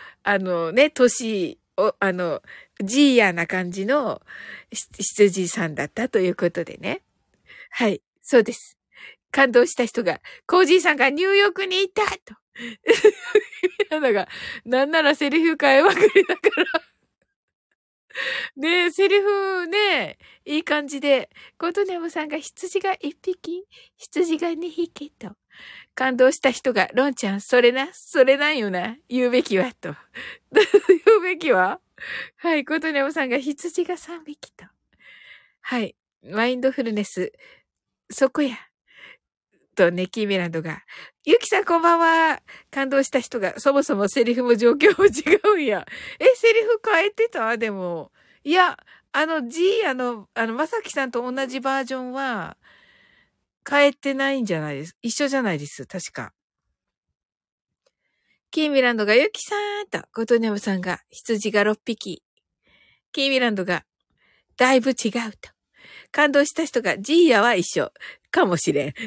ジーヤな感じの執事さんだったということでね。はい、そうです。感動した人が、コージーさんがニューヨークにいたと。なんならセリフ変えまくりだからねえ、セリフね、いい感じで、コートネムさんが羊が1匹、羊が2匹と。感動した人が、ロンちゃん、それなんよな、言うべきは、と。言うべきははい、コートネムさんが羊が3匹と。はい、マインドフルネス、そこや。と、ネキーミランドが、ゆきさんこんばんは。感動した人が、そもそもセリフも状況も違うんや。セリフ変えてた？でも。いや、まさきさんと同じバージョンは、変えてないんじゃないです。一緒じゃないです。確か。キーミランドが、ゆきさんと、コトネムさんが、羊が6匹。キーミランドが、だいぶ違うと。感動した人が、ジーヤは一緒。かもしれん。か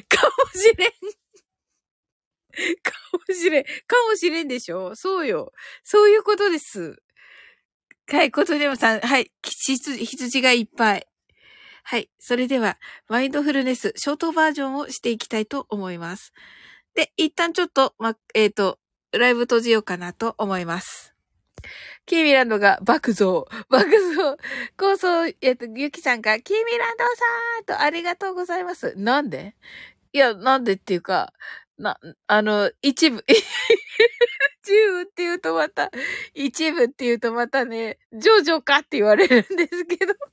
もしれんでしょ？そうよ。そういうことです。はい、ことでもさん、はい、羊がいっぱい。はい、それでは、マインドフルネス、ショートバージョンをしていきたいと思います。で、一旦ちょっと、ライブ閉じようかなと思います。キーミランドが爆増。構想、ゆきさんが、キーミランドさんとありがとうございます。なんで？いや、なんでっていうか、一部って言うとまた、一部って言うとまたね、ジョジョかって言われるんですけど、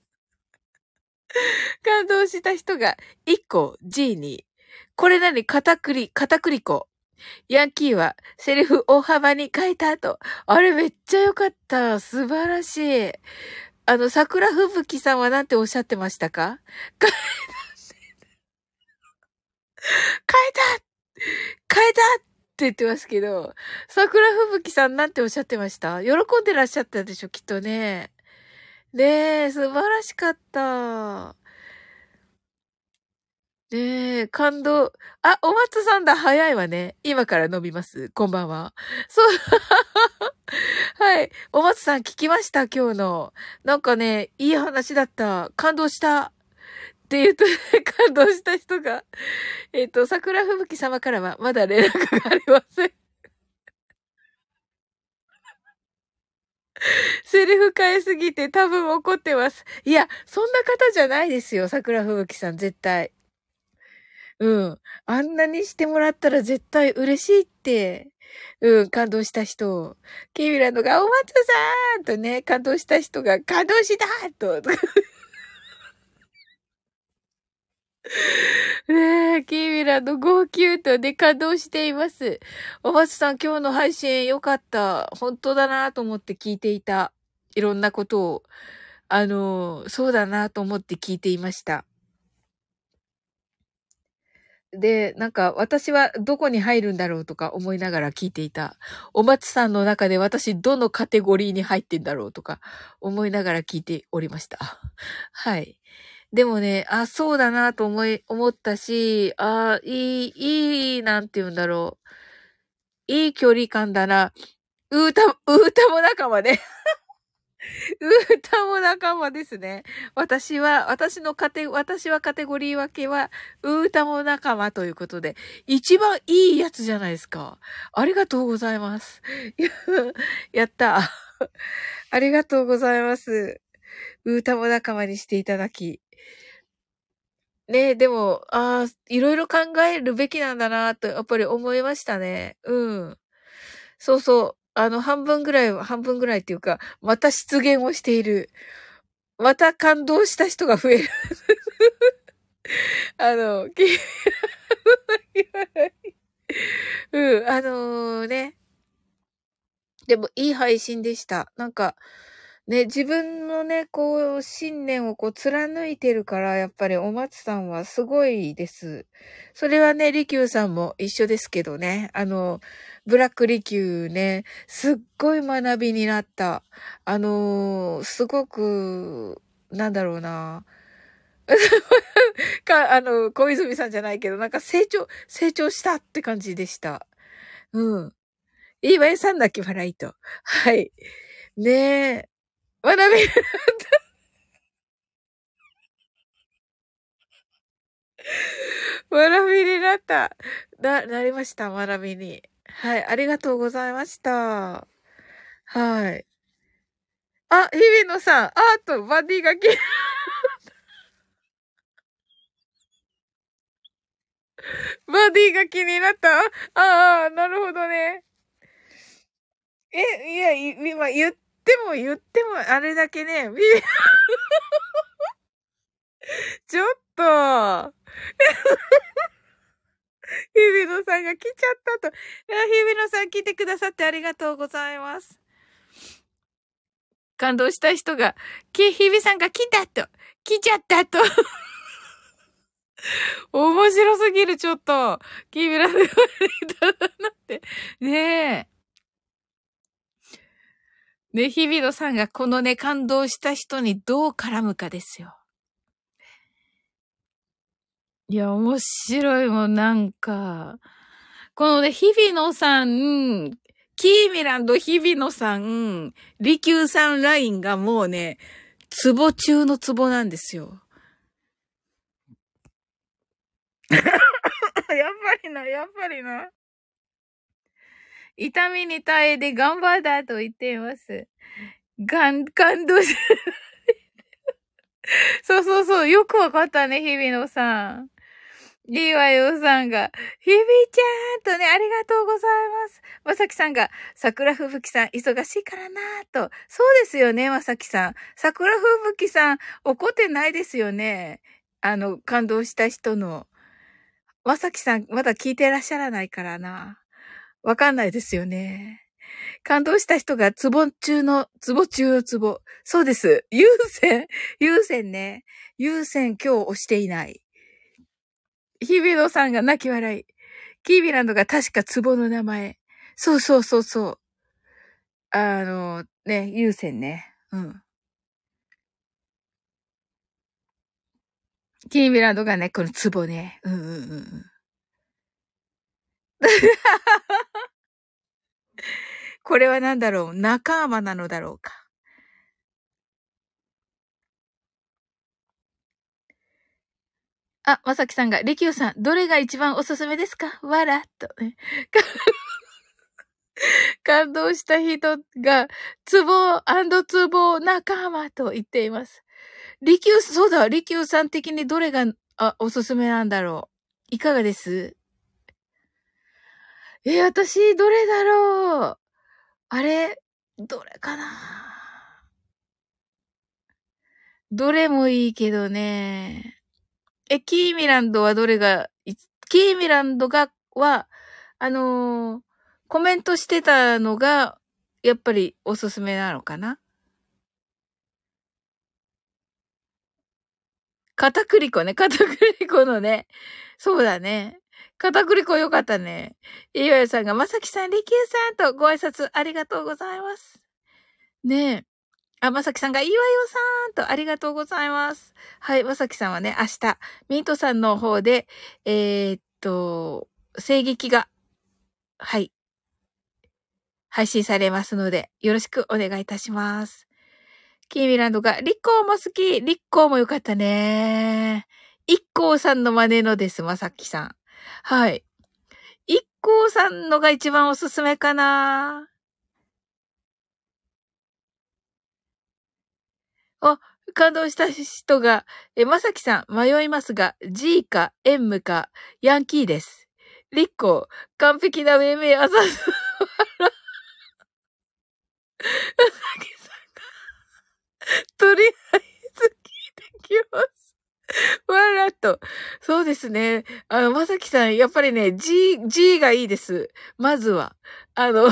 感動した人が、1個 G に、これ何片栗粉。ヤンキーはセリフ大幅に変えた後、あれめっちゃ良かった。素晴らしい。桜吹雪さんはなんておっしゃってましたか？変えた言ってますけど、桜吹雪さんなんておっしゃってました？喜んでらっしゃったでしょ、きっとね。ねえ、素晴らしかった。ねえ、感動。あ、お松さんだ、早いわね。今から飲みます。こんばんは。そう、はい。お松さん聞きました、今日の。なんかね、いい話だった。感動した。って言うと、感動した人が、桜吹雪様からはまだ連絡がありません。セリフ変えすぎて多分怒ってます。いや、そんな方じゃないですよ、桜吹雪さん、絶対。うん。あんなにしてもらったら絶対嬉しいって。うん、感動した人。ケイミランドが、お松さんとね、感動した人が、感動したと。ねえ、キーミラの号泣とね、感動しています。お松さん、今日の配信よかった。本当だなと思って聞いていた。いろんなことを。そうだなと思って聞いていました。で、なんか私はどこに入るんだろうとか思いながら聞いていた。お松さんの中で私どのカテゴリーに入ってんだろうとか思いながら聞いておりました。はい。でもね、あ、そうだなと思ったし、あ、いい、なんて言うんだろう。いい距離感だな。うーたも仲間ね。うーたも仲間ですね。私はカテゴリー分けは、うーたも仲間ということで、一番いいやつじゃないですか。ありがとうございます。やった。ありがとうございます。うーたも仲間にしていただき。ねえ、でも、いろいろ考えるべきなんだなと、やっぱり思いましたね。うん。そうそう。半分ぐらいっていうか、また出現をしている。また感動した人が増える。あの、きうん、ね。でも、いい配信でした。なんか、ね、自分のね、こう、信念をこう、貫いてるから、やっぱりお松さんはすごいです。それはね、利休さんも一緒ですけどね。ブラック利休ね、すっごい学びになった。すごく、なんだろうな。小泉さんじゃないけど、なんか成長したって感じでした。うん。岩井さんだけ笑いと。はい。ねえ。学び、学びになった。なりました、学びに。はい。ありがとうございました。はい。あ、日比野さん、バディがバディが気になった。なるほどね。いや、今言っても、あれだけね、ちょっと、日比野さんが来ちゃったと。日比野さん来てくださってありがとうございます。感動した人が、日比さんが来たと、来ちゃったと。面白すぎる、ちょっと。キービラで言われたなって。ねえ。ね、日比野さんがこのね、感動した人にどう絡むかですよ。いや、面白いもん、なんか。このね、日比野さん、キーミランド日比野さん、利休さんラインがもうね、ツボ中のツボなんですよ。やっやっぱりな。痛みに耐えて頑張ったと言っています。感動し、そうそうそう、よくわかったね、日比野さん。いいわよさんが、ひびちゃんとね、ありがとうございます。まさきさんが、桜吹雪さん忙しいからなぁと。そうですよね、まさきさん。桜吹雪さん怒ってないですよね。感動した人の。まさきさん、まだ聞いてらっしゃらないからな。わかんないですよね。感動した人がツボ中のツボ。そうです。優先ね。優先今日押していない。日比野さんが泣き笑い。 キーミランドが確か壺の名前。そうそうそうそう。ね、優先ね。うん。キーミランドがね、この壺ね。うんうんうんうん。これは何だろう、仲間なのだろうか。あ、まさきさんが、リキューさん、どれが一番おすすめですかわらっとね。感動した人が、ツボ仲間と言っています。リキュー、そうだ、リキューさん的にどれが、おすすめなんだろう。いかがです？私、どれだろう。あれ、どれかな。どれもいいけどね。キーミランドはどれが、キーミランドは、あのーコメントしてたのが、やっぱりおすすめなのかな。片栗粉ね、片栗粉のね。そうだね。片栗粉よかったね。岩屋さんが、まさきさん、りきゅうさんとご挨拶ありがとうございます。ねえ。まさきさんが、岩よさんとありがとうございます。はい、まさきさんはね、明日、ミートさんの方で、声劇が、はい、配信されますので、よろしくお願いいたします。キーミランドが、リッコーも好き。リッコーもよかったね。イッコーさんの真似のです、まさきさん。はい。イッコーさんのが一番おすすめかな。感動した人が、まさきさん、迷いますが、G か M か、ヤンキーです。リッコー、完璧な命名あざす。まさきさん、とりあえず聞いてきます。わらと。そうですね。まさきさん、やっぱりね、G がいいです。まずは。あの、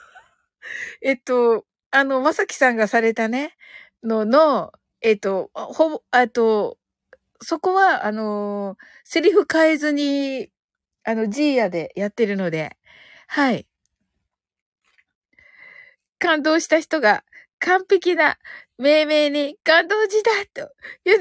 まさきさんがされたね、の、ほぼ、そこは、セリフ変えずに、G やでやってるので、はい。感動した人が、完璧な命名に感動時だと言って、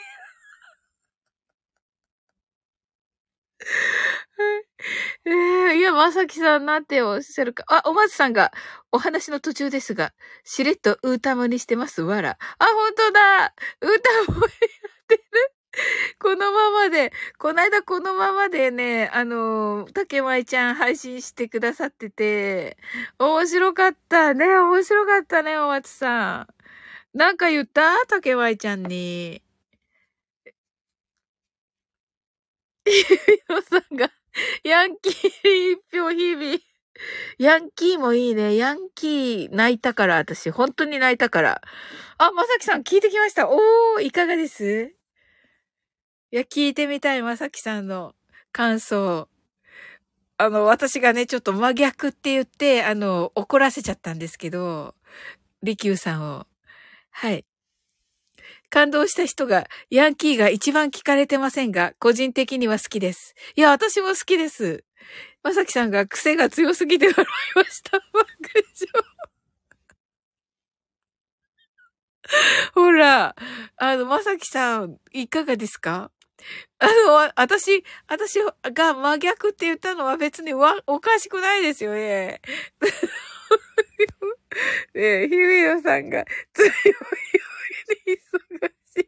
いや、まさきさんなんておっしゃるか。お松さんが、お話の途中ですが、しれっとウータムにしてます、わら。ほんとだウータムになってる。このままで、こないだこのままでね、竹舞ちゃん配信してくださってて、面白かったね、面白かったね、お松さん。なんか言った竹舞ちゃんに。ひろさんが、ヤンキー一票日々。ヤンキーもいいね。ヤンキー泣いたから、私。本当に泣いたから。まさきさん聞いてきました。いかがです？いや、聞いてみたい、まさきさんの感想。私がね、ちょっと真逆って言って、怒らせちゃったんですけど、利休さんを。はい。感動した人が、ヤンキーが一番聞かれてませんが、個人的には好きです。いや、私も好きです。まさきさんが癖が強すぎて笑いました。爆笑。ほら、まさきさん、いかがですか？私が真逆って言ったのは別におかしくないですよね。ねえ、ひびのさんが強いように忙し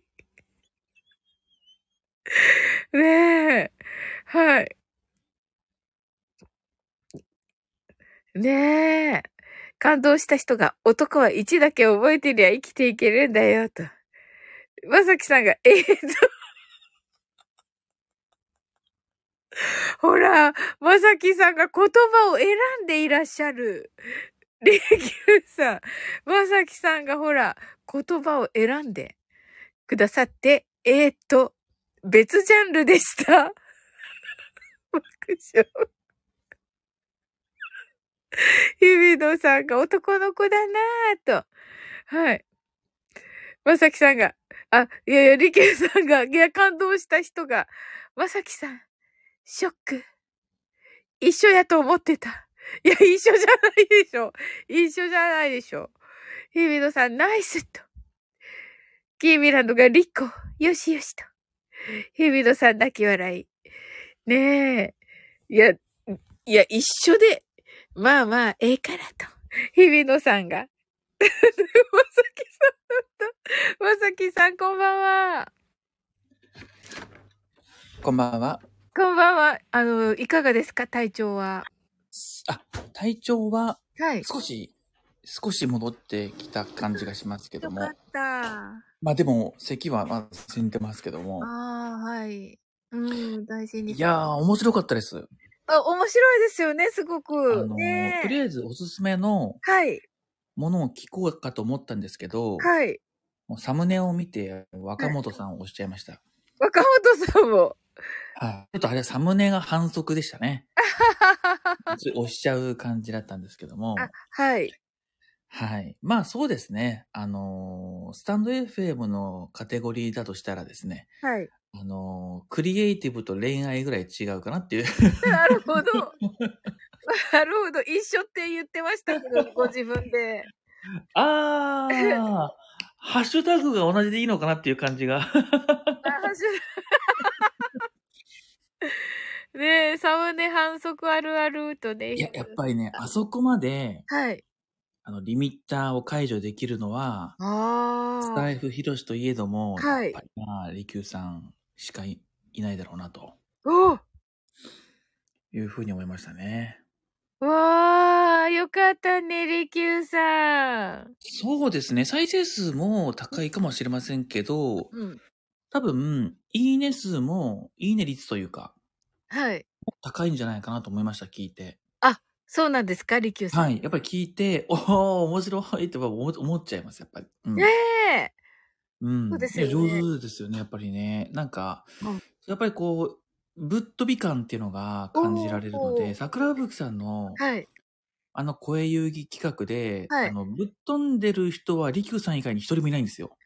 い。ねえ。はい。ねえ。感動した人が男は1だけ覚えてりゃ生きていけるんだよ、と。まさきさんが、ほら、まさきさんが言葉を選んでいらっしゃる。りきゅうさん、まさきさんがほら、言葉を選んでくださって、別ジャンルでした。爆笑。日比野さんが男の子だなぁと。はい。まさきさんが、いやいや、りきゅうさんが、いや、感動した人が、まさきさん、ショック。 一緒やと思ってた。いや、一緒じゃないでしょ。一緒じゃないでしょ。日比野さん、ナイスと。キーミランドがリコ、よしよしと。日比野さん、泣き笑い。ねえ。いや、一緒で、まあまあ、ええからと。日比野さんが。まさきさんだった。まさきさん、こんばんは。 こんばんは。 こんばんは。いかがですか、体調は。 体調ははい。 少し戻ってきた感じがしますけども。 よかった。 まあでも、咳はまだ死んでますけども。 ああ、はい。大事に。 いやー、面白かったです。 面白いですよね、すごく。ねとりあえずおすすめのはい。 ものを聞こうかと思ったんですけど、 はい。 もうサムネを見て若本さんを押しちゃいました。 若本さんも。 はい。ちょっとあれサムネが反則でしたね。押しちゃう感じだったんですけども。 はい。 はい。まあそうですね。スタンド FM のカテゴリーだとしたらですね。 はい。 クリエイティブと恋愛ぐらい違うかなっていう。 なるほど。なるほど。一緒って言ってましたけど、ご自分で。 ハッシュタグが同じでいいのかなっていう感じが。 ねえ、サムネ反則あるあるとね。 いや、やっぱりね、あそこまで、 はい。 リミッターを解除できるのは、スタイフヒロシといえども、 はい。 やっぱりまあ、リキューさんしかいないだろうなと。いうふうに思いましたね。 わー、よかったね、リキューさん。 そうですね。再生数も高いかもしれませんけど、多分、いいね数も、いいね率というか、 はい。 高いんじゃないかなと思いました、聞いて。 あ、そうなんですか、リキューさん。 はい。やっぱり聞いて、面白いって思っちゃいます、やっぱり。そうですよね。 いや、上手ですよね、やっぱりね。なんか、やっぱりこう、ぶっ飛び感っていうのが感じられるので、桜吹雪さんの、声遊戯企画で、ぶっ飛んでる人はリキューさん以外に一人もいないんですよ。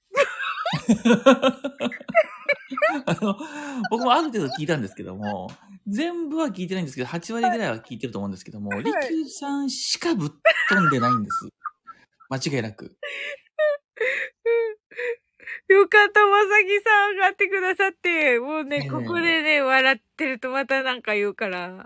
僕もある程度聞いたんですけども、全部は聞いてないんですけど、8割ぐらいは聞いてると思うんですけども、リキューさんしかぶっ飛んでないんです。間違いなく。 よかった、まさきさん上がってくださって。もうね、ここでね、笑ってるとまたなんか言うから。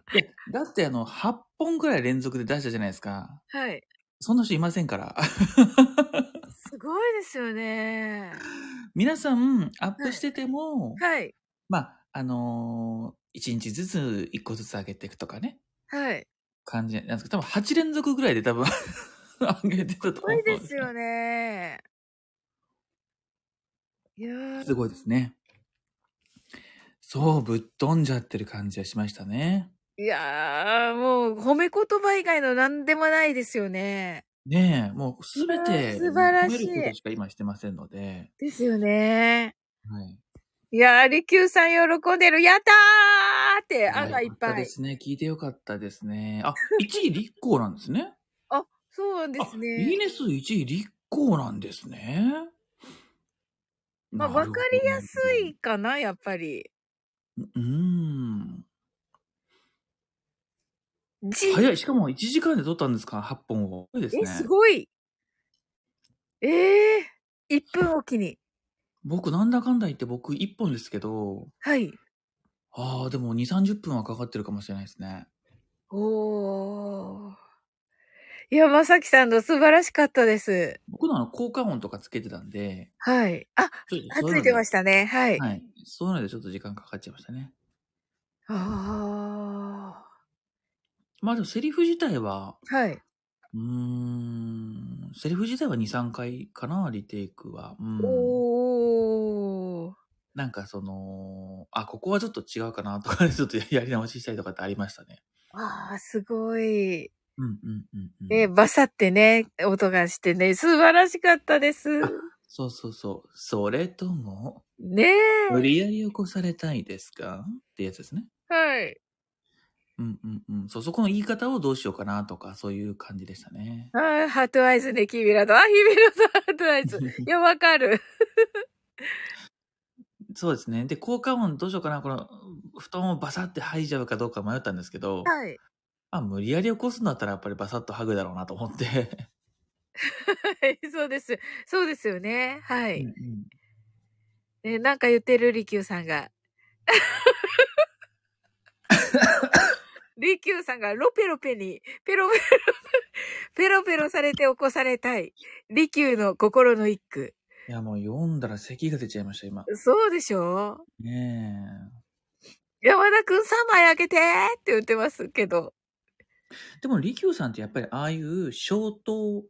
いや、だって8本くらい連続で出したじゃないですか。 はい。 そんな人いませんから。 すごいですよね。 皆さん、アップしてても、 はい。 まあ、1日ずつ1個ずつ上げていくとかね。 はい。 感じなんですけど、多分8連続ぐらいで多分上げてたと思う。 すごいですよね。いやすごいですね。そう、ぶっ飛んじゃってる感じがしましたね。 いやー、もう褒め言葉以外の何でもないですよね。 ねえ、もうすべて素晴らしい。 褒めることしか今してませんので。 ですよね。 はい。 いやー、リキューさん喜んでる。やったーって案がいっぱい。 よかったですね。聞いてよかったですね。あ、1位立候なんですね。 あ、そうなんですね。 いいね数1位立候なんですね。 まあ、わかりやすいかな、やっぱり。 早い。しかも1時間で撮ったんですか ?8 本を。すごいですね。 すごい。1分おきに。 僕、なんだかんだ言って僕1本ですけど。 はい。 ああ、でも2、30分はかかってるかもしれないですね。 おー。いや、まさきさんの素晴らしかったです。 僕の効果音とかつけてたんで。 はい。あ、ついてましたね。はい。 はい。そういうのでちょっと時間かかっちゃいましたね。 ああ。 まあでもセリフ自体は。 はい。 セリフ自体は2、3回かな、リテイクは。 おー。 なんかここはちょっと違うかなとかでちょっとやり直ししたりとかってありましたね。 ああ、すごい。 ね、 バサってね、音がしてね、素晴らしかったです。 そうそうそう。それとも、 ねえ。 無理やり起こされたいですかってやつですね。 はい。 そう、そこの言い方をどうしようかなとか、そういう感じでしたね。 ああ、ハートアイズね、キビラと。あ、ヒビラとハートアイズ。いや、わかる。 そうですね。で、効果音どうしようかな。この、布団をバサって吐いちゃうかどうか迷ったんですけど。 はい。 無理やり起こすんだったらやっぱりバサッとハグだろうなと思って。 はい、そうです。そうですよね。はうんい。 うん。 なんか言ってる、利休さんが。利休さんがロペロペに、ペロペロされて起こされたい。利休の心の一句。 いや、もう読んだら咳が出ちゃいました、今。 そうでしょ？ ね山田くん3枚あげてって言ってますけど。 でも、利休さんってやっぱりああいうショート、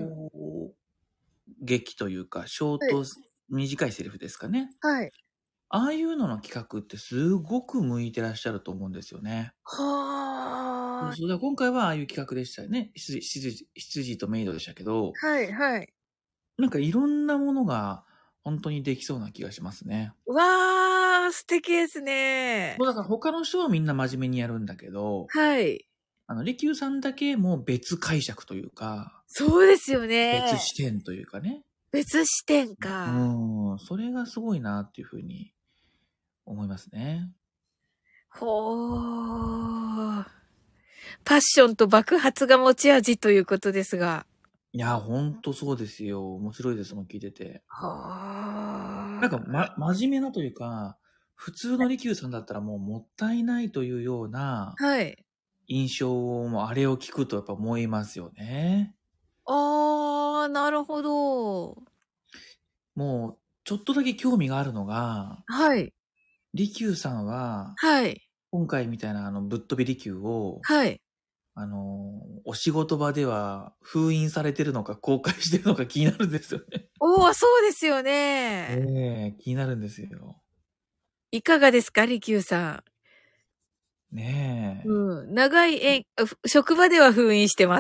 劇というか、ショート、短いセリフですかね。 はい。 ああいうのの企画ってすごく向いてらっしゃると思うんですよね。 はそうだ、今回はああいう企画でしたよね。羊とメイドでしたけど。 はいはい。 なんかいろんなものが本当にできそうな気がしますね。 わー、素敵ですね。 だから他の人はみんな真面目にやるんだけど、 はい。 利休さんだけもう別解釈というか、 そうですよね。 別視点というかね。 別視点か。 それがすごいなっていうふうに思いますね。 ほー。パッションと爆発が持ち味ということですが。 いや、ほんとそうですよ。面白いですもん、聞いてて。 はー。 なんか、真面目なというか、普通の利休さんだったらもうもったいないというような印象もあれを聞くとやっぱ思いますよね。 なるほど。 もう、ちょっとだけ興味があるのが、 はい。 利休さんは、 はい。 今回みたいなぶっ飛び利休を、 はい。 お仕事場では封印されてるのか公開してるのか気になるんですよね。 そうですよね。 気になるんですよ。 いかがですか、利休さん。ねえ。 長い職場では封印してます。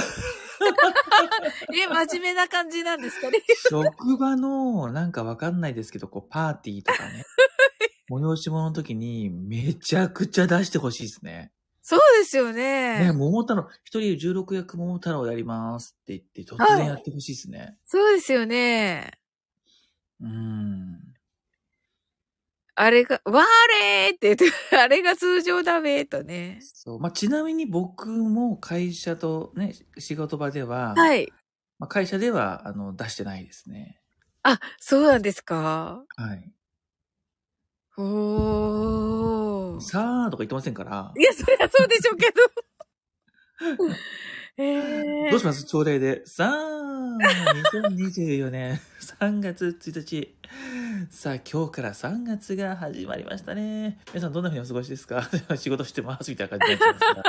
真面目な感じなんですかね。 職場の、なんかわかんないですけど、パーティーとかね。催し物の時にめちゃくちゃ出してほしいですね。 そうですよね。 桃太郎、一人16役桃太郎やりますって言って突然やってほしいですね。 そうですよね。あれが、わーれーって言って、あれが通常だべーとね。 そう。ちなみに僕も会社とね、仕事場では、 はい。 会社では、出してないですね。 そうなんですか？ はい。 さーとか言ってませんから。 いや、そりゃそうでしょうけど。どうします朝礼で。2024年3月1日。さあ、今日から3月が始まりましたね。皆さんどんな風にお過ごしですか？仕事してますみたいな感じになっちゃいますから。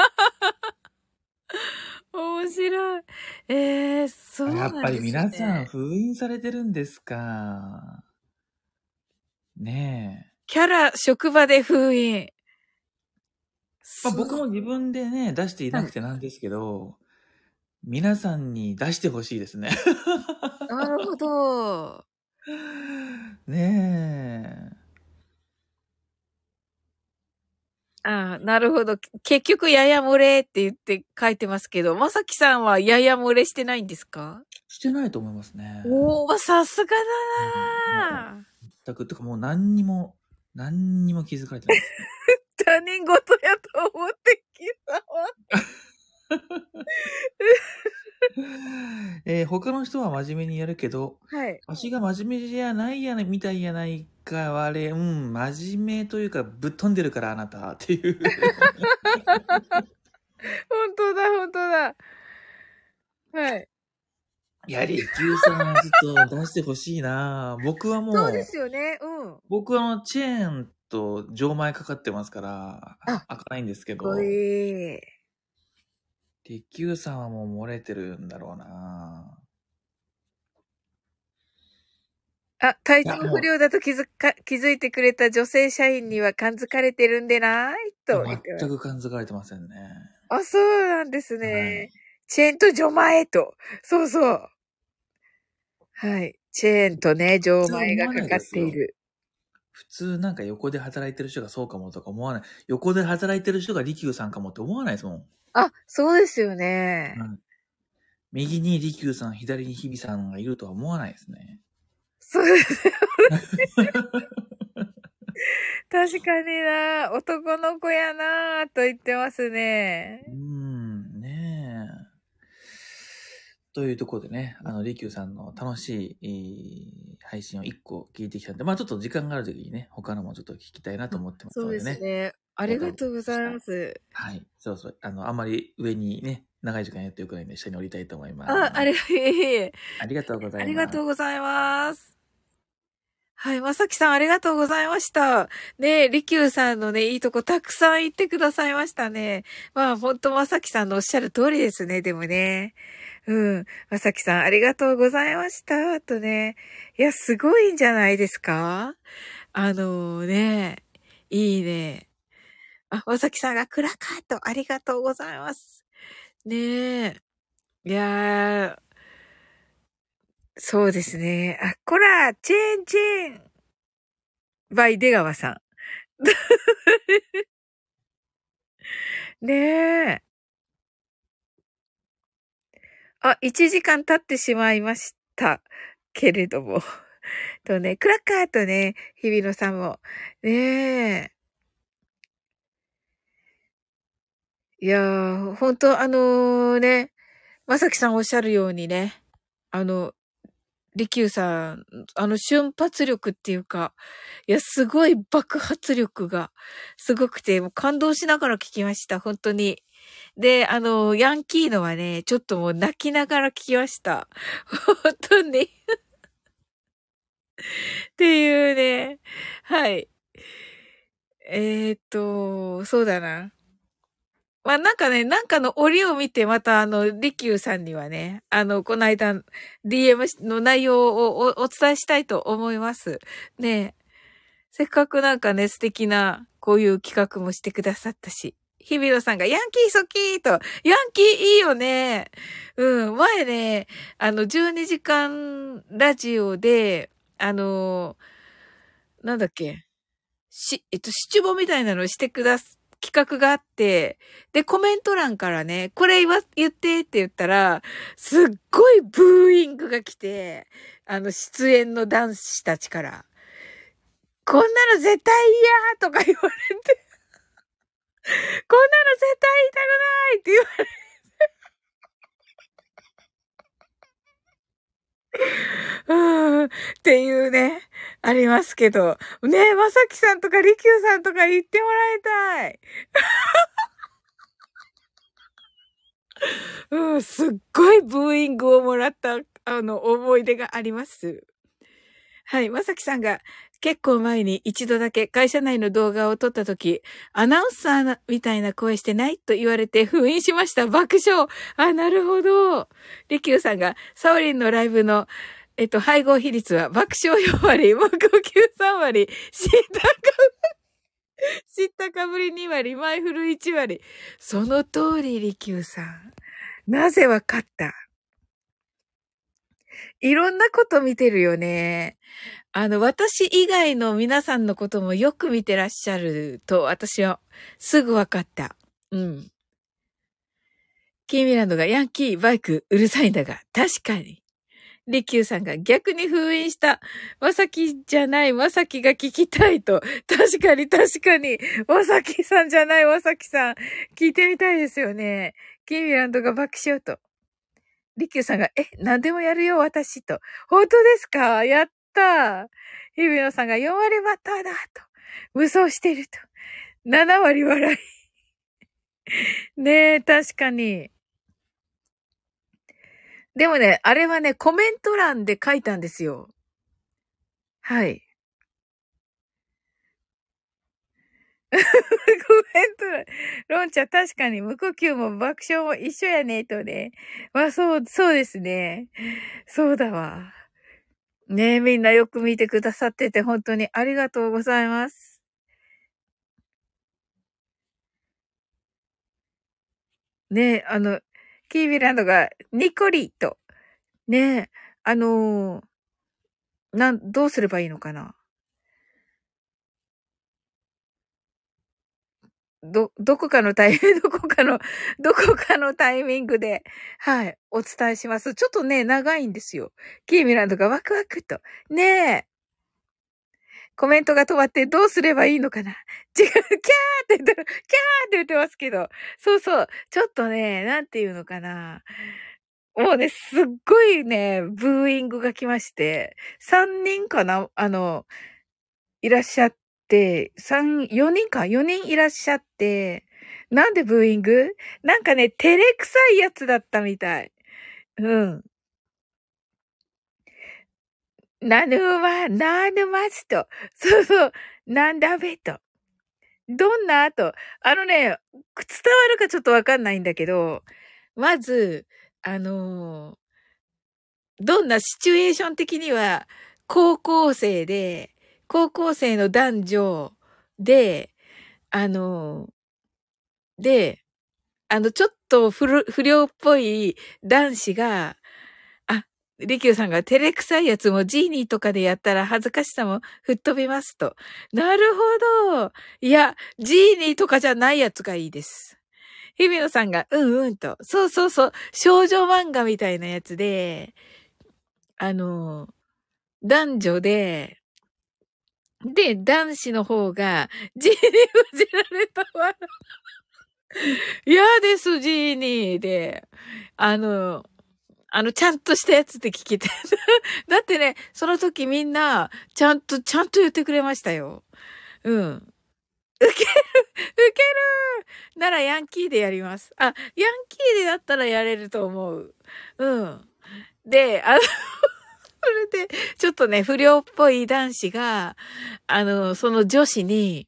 面白い。そうなんですね。 やっぱり皆さん封印されてるんですか。ねえ。 キャラ、職場で封印。 僕も自分でね、出していなくてなんですけど、皆さんに出してほしいですね。 なるほど。 ねえ。なるほど。結局、やや漏れって言って書いてますけど、まさきさんはやや漏れしてないんですか？ してないと思いますね。 さすがだな全く、もう何にも気づかれてないですね。 他人事やと思ってきたわ。 他の人は真面目にやるけど、私が真面目じゃないやみたいやないか、真面目というかぶっ飛んでるからあなたっていう。 本当だ。はい。 いや、利休さんはちょっと出してほしいな。僕はもう。 そうですよね。 僕はチェーンと錠前かかってますから、開かないんですけど。利休さんはもう漏れてるんだろうな。 体調不良だと気づいてくれた女性社員には感づかれてるんでないと。 全く感づかれてませんね。 そうなんですね。チェーンと錠前と。そうそう。はい。チェーンとね、錠前がかかっている。 普通なんか横で働いてる人がそうかもとか思わない。横で働いてる人が利休さんかもって思わないですもん。 そうですよね。 右に利休さん、左に日比さんがいるとは思わないですね。 そうですよね。 確かにな。男の子やなと言ってますね。 ねえ。というところでね、リキューさんの楽しい配信を1個聞いてきたんで、まあちょっと時間がある時にね、他のもちょっと聞きたいなと思ってますのでね。 そうですね。ありがとうございます。 はい。そうそう。あんまり上にね、長い時間やってよくないんで、下に降りたいと思います。 ありがとうございます。 ありがとうございます。 はい、まさきさんありがとうございました。ねえ、りきゅうさんのね、いいとこたくさん言ってくださいましたね。まあ、ほんとまさきさんのおっしゃる通りですね、でもね。うん。まさきさんありがとうございました。とね。いや、すごいんじゃないですか？ね、いいね。あ、まさきさんがクラカートありがとうございます。ねえ。いやー、そうですね。あ、こら、チェーンチェーンバイ出川さん。ねえ。あ、1時間経ってしまいました。けれども。とね、クラッカーとね、日比野さんも。ねえ。いやー、ほんとね、まさきさんおっしゃるようにね、利休さん、瞬発力っていうか、いや、すごい爆発力がすごくて、もう感動しながら聞きました、本当に。で、ヤンキーのはね、ちょっともう泣きながら聞きました。本当に。っていうね。はい。そうだな。まあ、なんかね、なんかの折を見て、また利休さんにはね、この間、DM の内容をお伝えしたいと思います。ねえ。せっかくなんかね、素敵な、こういう企画もしてくださったし。日比野さんが、ヤンキーソキーと、ヤンキーいいよね。うん、前ね、12時間ラジオで、なんだっけ、七五みたいなのをしてくだす、企画があって、で、コメント欄からね、これ言ってって言ったら、すっごいブーイングが来て、出演の男子たちから、こんなの絶対嫌とか言われて、こんなの絶対言いたくないって言われて、っていうね、ありますけど。ね、まさきさんとかりきゅうさんとか言ってもらいたい。すっごいブーイングをもらった、思い出があります。はい、まさきさんが結構前に一度だけ会社内の動画を撮ったとき、アナウンサーみたいな声してないと言われて封印しました。爆笑。あ、なるほど。りきゅうさんがサオリンのライブの配合比率は爆笑4割、無呼吸3割、知ったかぶり2割、前振る1割。その通り、りきゅうさん。なぜわかった？いろんなこと見てるよね。私以外の皆さんのこともよく見てらっしゃると、私はすぐわかった。うん。キーミランドがヤンキー、バイク、うるさいんだが、確かに。リキューさんが逆に封印した。まさきじゃない、まさきが聞きたいと。確かに、確かに。まさきさんじゃない、まさきさん。聞いてみたいですよね。キーミランドが爆笑と。リキューさんが、何でもやるよ、私と。本当ですか？やったー。日比野さんが4割バッターだと。無双してると。7割笑い。ねえ、確かに。でもね、あれはね、コメント欄で書いたんですよ。はい。コメント欄。ロンちゃん確かに無呼吸も爆笑も一緒やね、とね。まあそうですね。そうだわ。ねえ、みんなよく見てくださってて本当にありがとうございます。ねえ、キービランドがニコリと。ねえ、どうすればいいのかな？どこかのタイミングで、はい、お伝えします。ちょっとね、長いんですよ。キーミランドがワクワクと。ねえ。 コメントが止まってどうすればいいのかな。違う、キャーって言ったら、キャーって言ってますけど。そうそう。ちょっとね、なんていうのかな。もうね、すっごいね、ブーイングが来まして、3人かな、いらっしゃって、4人か ?4 人いらっしゃって、なんでブーイング？なんかね、照れくさいやつだったみたい。うん。なぬますと。そうそう。なんだべと。どんなと。伝わるかちょっとわかんないんだけど、まず、どんなシチュエーション的には、高校生の男女で、ちょっと不良っぽい男子が、リキューさんが照れくさいやつもジーニーとかでやったら恥ずかしさも吹っ飛びますと。なるほど。いや、ジーニーとかじゃないやつがいいです。日比野さんが、と。そうそうそう。少女漫画みたいなやつで、男女で、男子の方が、ジーニーをじられたわ。嫌です、ジーニーで。ちゃんとしたやつで聞きたい。だってね、その時みんな、ちゃんと言ってくれましたよ。うん。ウケるならヤンキーでやります。ヤンキーでだったらやれると思う。うん。で、それで、ちょっとね、不良っぽい男子が、その女子に、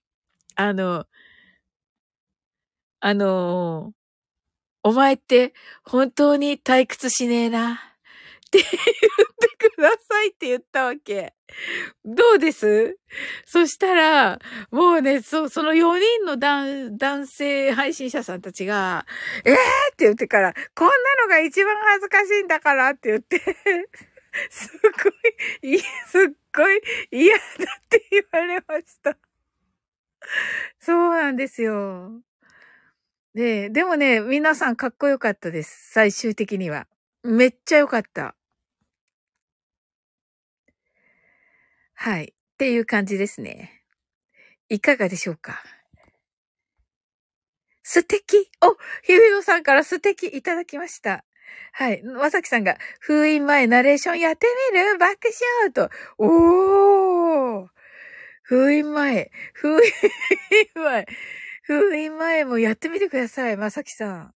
お前って本当に退屈しねえなって言ってくださいって言ったわけ。どうです？そしたら、もうね、その4人の男性配信者さんたちが、って言ってから、こんなのが一番恥ずかしいんだからって言って、すっごい嫌だって言われました。そうなんですよ。でもね、皆さんかっこよかったです。最終的には。めっちゃよかった。はい。っていう感じですね。いかがでしょうか？素敵！日比野さんから素敵いただきました。はい。まさきさんが、封印前ナレーションやってみる？爆笑と。封印前もやってみてください、まさきさん。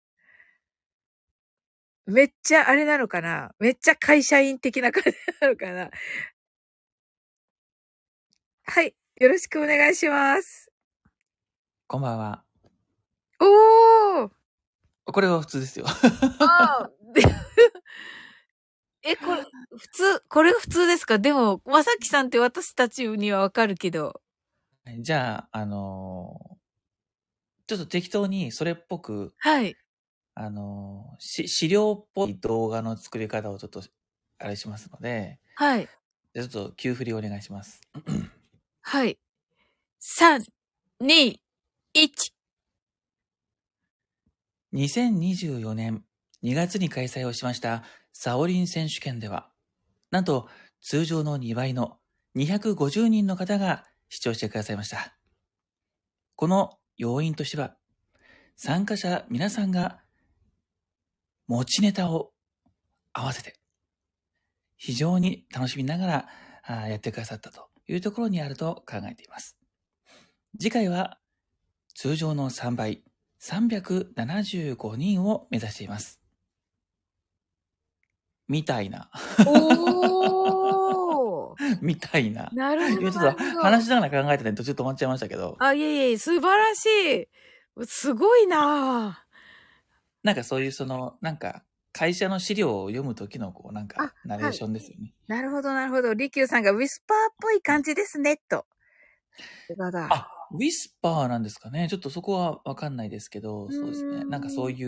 めっちゃあれなのかな？めっちゃ会社員的な感じなのかな？はい。よろしくお願いします。 こんばんは。これは普通ですよ。 これ普通ですか？でも、まさきさんって私たちにはわかるけど。 じゃあ、ちょっと適当にそれっぽく、 はい。 資料っぽい動画の作り方をちょっと、あれしますので、 はい。 じゃあちょっと急振りお願いします。 はい。3、2、1。 2024年2月に開催をしましたサオリン選手権では、なんと通常の2倍の250人の方が視聴してくださいました。この要因としては、参加者皆さんが持ちネタを合わせて、非常に楽しみながらやってくださったというところにあると考えています。次回は通常の3倍、375人を目指しています。みたいな。みたいな。 なるほど。 ちょっと話しながら考えてね、途中止まっちゃいましたけど。 いえ、素晴らしい。すごいなぁ。 なんかそういうなんか、会社の資料を読むときのナレーションですよね。 なるほど。リキューさんがウィスパーっぽい感じですね、と。 ウィスパーなんですかね。ちょっとそこはわかんないですけど、そうですね。なんかそういう、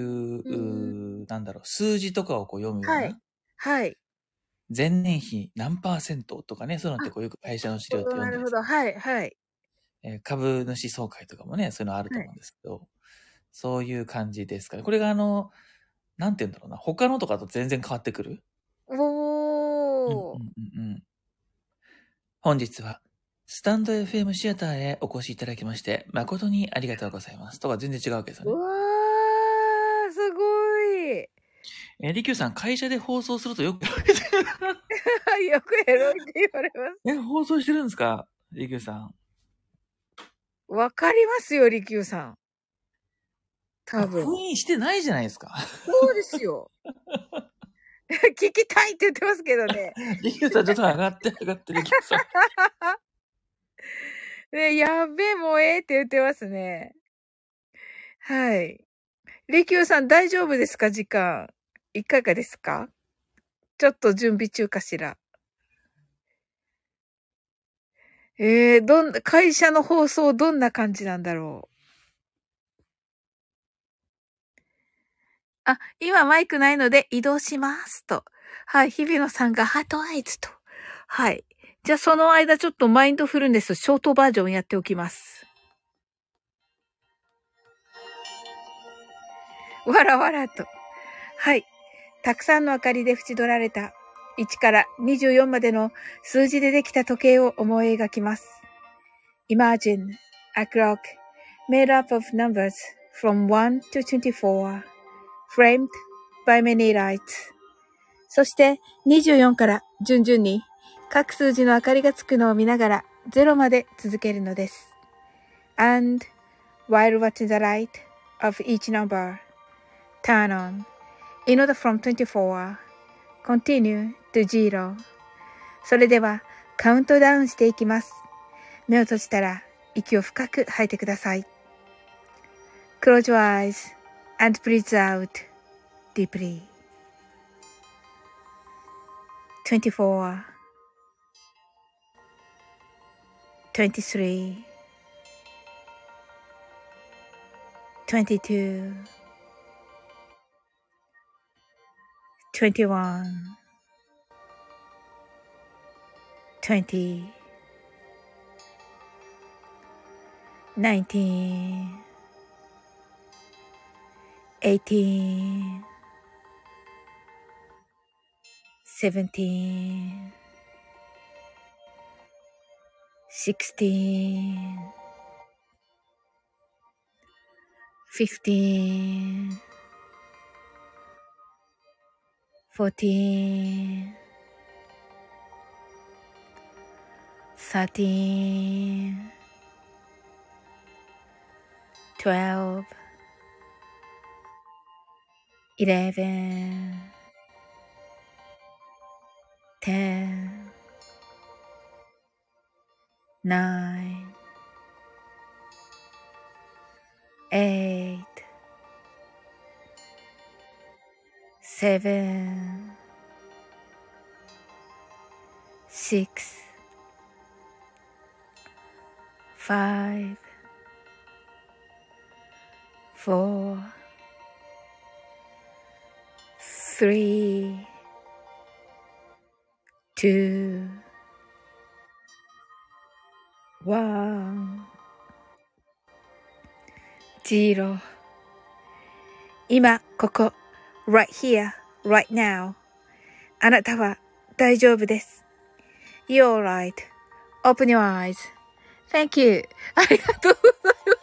数字とかを読むような。はい。前年比何%とかね、そういうのってよく会社の資料って読んでるんです。なるほど。はい。株主総会とかもね、そういうのあると思うんですけど、そういう感じですかね。これがなんて言うんだろうな。他のとかと全然変わってくる。本日はスタンド FM シアターへお越しいただきまして、誠にありがとうございます。とか全然違うわけですよね。 うわー、すごい。 リキューさん、会社で放送するとよく言われてる。 よくエロいって言われます。 放送してるんですかリキューさん。 わかりますよ、リキューさん。多分。 封印してないじゃないですか。 そうですよ。聞きたいって言ってますけどね。 リキューさん、ちょっと上がって、リキューさん。 ね、やっべえ、もうええって言ってますね。はい。リキューさん大丈夫ですか？時間。いかがですか？ちょっと準備中かしら。会社の放送どんな感じなんだろう。あ、今マイクないので移動しますと。はい、日比野さんがハートアイズと。はい。じゃあその間ちょっとマインドフルネスショートバージョンやっておきます。わらわらと。はい。たくさんの明かりで縁取られた1から24までの数字でできた時計を思い描きます。Imagine a clock made up of numbers from 1 to 24, framed by many lights. そして24から順々に各数字の明かりがつくのを見ながら0まで続けるのです。And while watching the light of each number turn on, in order from 24, continue to 0. それではカウントダウンしていきます。目を閉じたら息を深く吐いてください。Close your eyes and breathe out deeply. 24, 23, 22, 21, 20, 19, 18, 17, 16, 15, 14, 13, 12, 11, 10, 9, 8, 7, 6, 5, 4, 3, 2, 1, 0. 今、ここ、right here, right now. あなたは大丈夫です。You're right.Open your eyes. Thank you. ありがとうございます。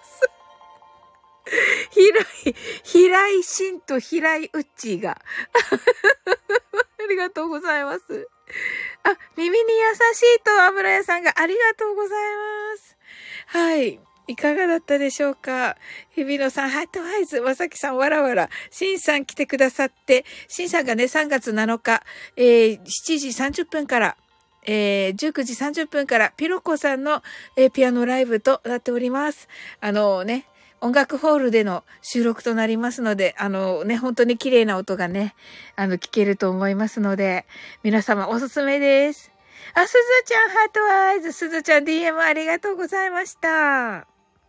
平井真と平井ウッチーが。ありがとうございます。あ、耳に優しいと油屋さんがありがとうございます。はい。いかがだったでしょうか？日比野さん、ハートアイズ。まさきさん、わらわら。しんさん来てくださって、しんさんがね、3月7日、7時30分から、19時30分からピロコさんの、ピアノライブとなっております。音楽ホールでの収録となりますので、本当に綺麗な音がね、聞けると思いますので、皆様おすすめです。あ、すずちゃん、ハートアイズ。すずちゃん、DM ありがとうございました。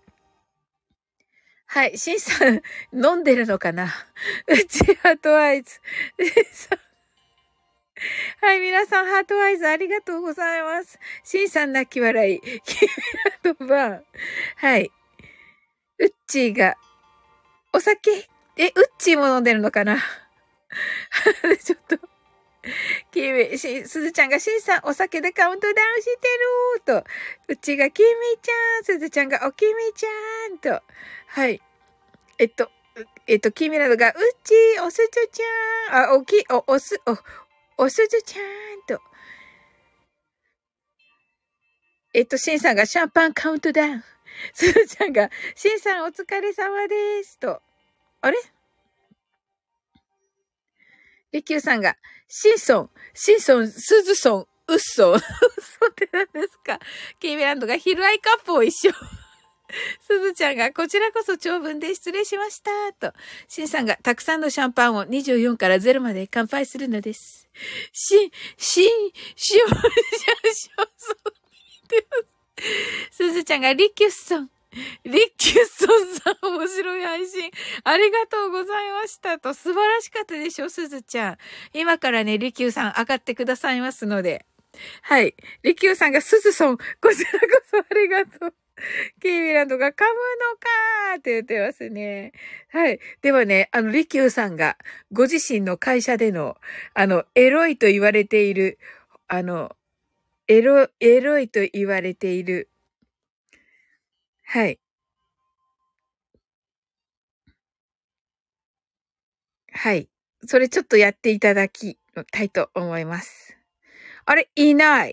はい、しんさん、飲んでるのかな？うち、ハートアイズ。はい、皆さん、ハートアイズありがとうございます。しんさん泣き笑い。キミラとバーン。はい。うっちーが、お酒、うっちーも飲んでるのかなちょっと、 すずちゃんが、しんさん、お酒でカウントダウンしてると。うちが、きみちゃん、すずちゃんが、おきみちゃんと。はい。キミラドが、うち、おすずちゃん、おすずちゃんと。シンさんがシャンパンカウントダウン。すずちゃんが、シンさんお疲れ様です。と。あれリキューさんが、シンソン、スズソン、ウッソン。ウッソンって何ですか？キーミランドが、ヒルアイカップを一緒。すずちゃんが、こちらこそ長文で失礼しました。と。シンさんが、たくさんのシャンパンを24から0まで乾杯するのです。すずちゃんが、リキュッソンさん、面白い配信。ありがとうございましたと。素晴らしかったでしょ、すずちゃん。今からね、リキューさん上がってくださいますので。はい。リキューさんが、すずソン、こちらこそありがとう。キーミランドが噛むのかーって言ってますね。はい。ではね、リキューさんが、ご自身の会社での、エロいと言われている、エロいと言われている、はい。はい。それちょっとやっていただきたいと思います。あれ、いない。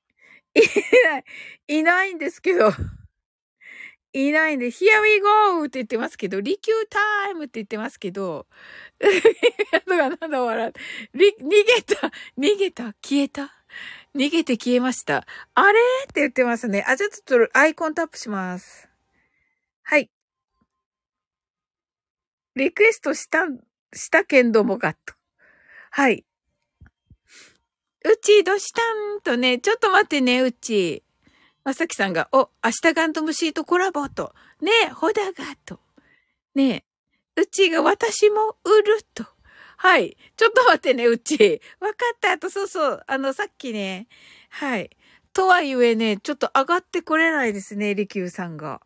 いないんですけど。いないんで、Here we go! って言ってますけど、リキュータイムって言ってますけど、なんだ笑う。逃げた消えた逃げて消えました。あれって言ってますね。じゃあちょっとアイコンタップします。はい。リクエストしたけんどもかと。はい。うち、どうしたんとね、ちょっと待ってね、うち。まさきさんが、明日ガンドムシーとコラボと。ねえ、ホダガと。ねえ、うちが私も売ると。はい。ちょっと待ってね、うち。わかった。そうそう。さっきね。はい。とはいえね、ちょっと上がってこれないですね、リキューさんが。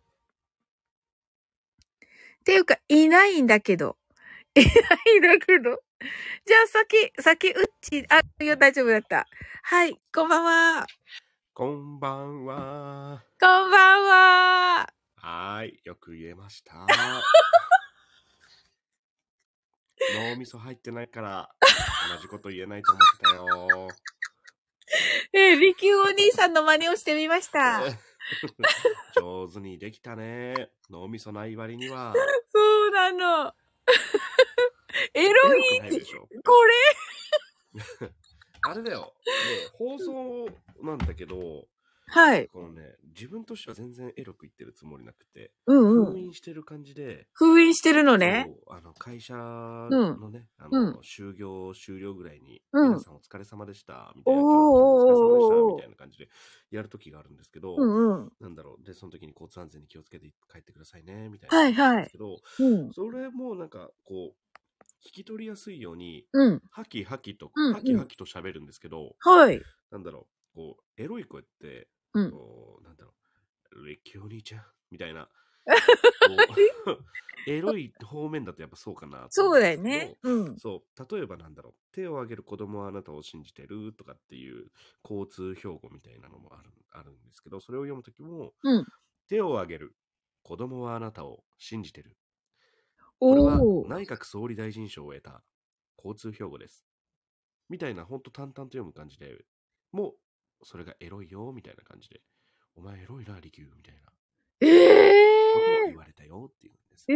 っていうか、いないんだけど。いないんだけど。じゃあ、先、うっち、いや、大丈夫だった。はい、こんばんは。 こんばんは。 こんばんは。 はい、よく言えました。脳みそ入ってないから、同じこと言えないと思ってたよ。 リキューお兄さんの真似をしてみました。 上手にできたね。脳みそない割には。 そうなの。エロい。 ないでしょ。これあれだよ。ね、放送なんだけど、 はい。 このね、自分としては全然エロく言ってるつもりなくて、封印してる感じで。 封印してるのね。 そう、会社のね、終了ぐらいに、皆さんお疲れ様でした、みたいな、お疲れ様でした、みたいな感じでやる時があるんですけど、なんだろう、で、その時に交通安全に気をつけて帰ってくださいね、みたいな。 はいはい。 ですけど、それもなんか、こう、聞き取りやすいように、ハキハキと喋るんですけど、 はい。 なんだろう、こう、エロい声って、こう、なんだろう、レッキーお兄ちゃんみたいな、エロい方面だとやっぱそうかな。 そうだよね。 そう、例えばなんだろう、手を挙げる子供はあなたを信じてるとかっていう交通標語みたいなのもあるんですけど、それを読むときも、手を挙げる子供はあなたを信じてる。これは内閣総理大臣賞を得た交通標語です。みたいな、ほんと淡々と読む感じで、もう、それがエロいよ、みたいな感じで、お前エロいな、リキュー、みたいな。ことを言われたよっていうんです。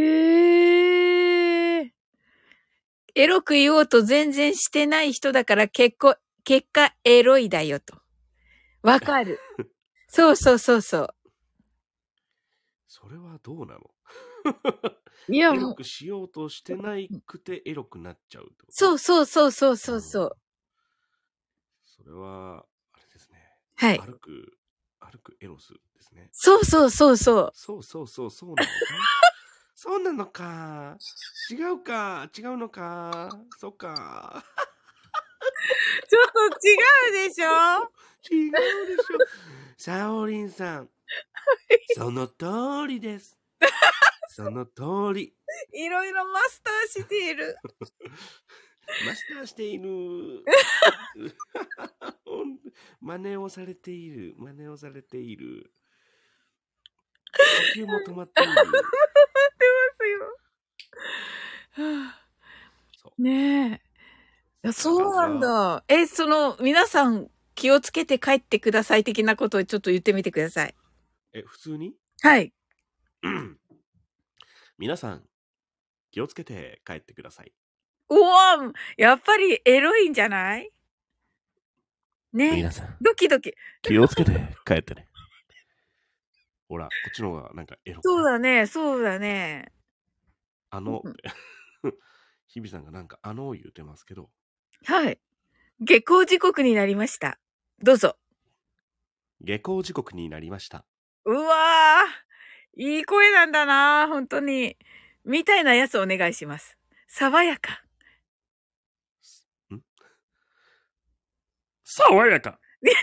エロく言おうと全然してない人だから結果エロいだよと。わかる。そう。それはどうなの？ いや、 エロくしようとしてないくてエロくなっちゃうってこと？ そう。それは、あれですね。 はい。 歩くエロスですね。 そう。 そうなのかそうなのか。違うのか。そっか。 ちょっと違うでしょ。 サオリンさん。その通りです。その通り。 いろいろマスターしている。 マスターしている。真似をされている。真似をされている。呼吸も止まっている。止まってますよ。ねえ。そうなんだ。皆さん気をつけて帰ってください的なことをちょっと言ってみてください。 普通に？ はい。 皆さん、気をつけて帰ってください。 うわ、やっぱりエロいんじゃない？ね。 皆さん、 ドキドキ。 気をつけて帰ってね。ほら、こっちの方がなんかエロ。 そうだね、そうだね。 日比さんがなんかを言うてますけど。 はい。下校時刻になりました。どうぞ。 下校時刻になりました。 うわー、いい声なんだな、本当に。みたいなやつお願いします。爽やか。 爽やか。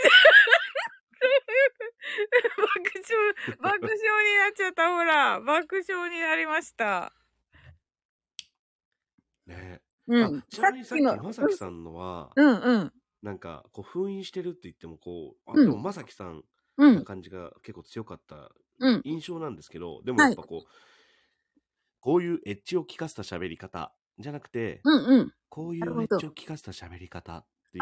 爆笑になっちゃった、ほら。爆笑になりました。 ねえ。うん。 ちなみにさっきまさきさんのは、なんか、こう、封印してるって言っても、こう、でもまさきさんの感じが結構強かった印象なんですけど、でもやっぱこう、こういうエッジを効かせた喋り方じゃなくて、こういうエッジを効かせた喋り方っていう、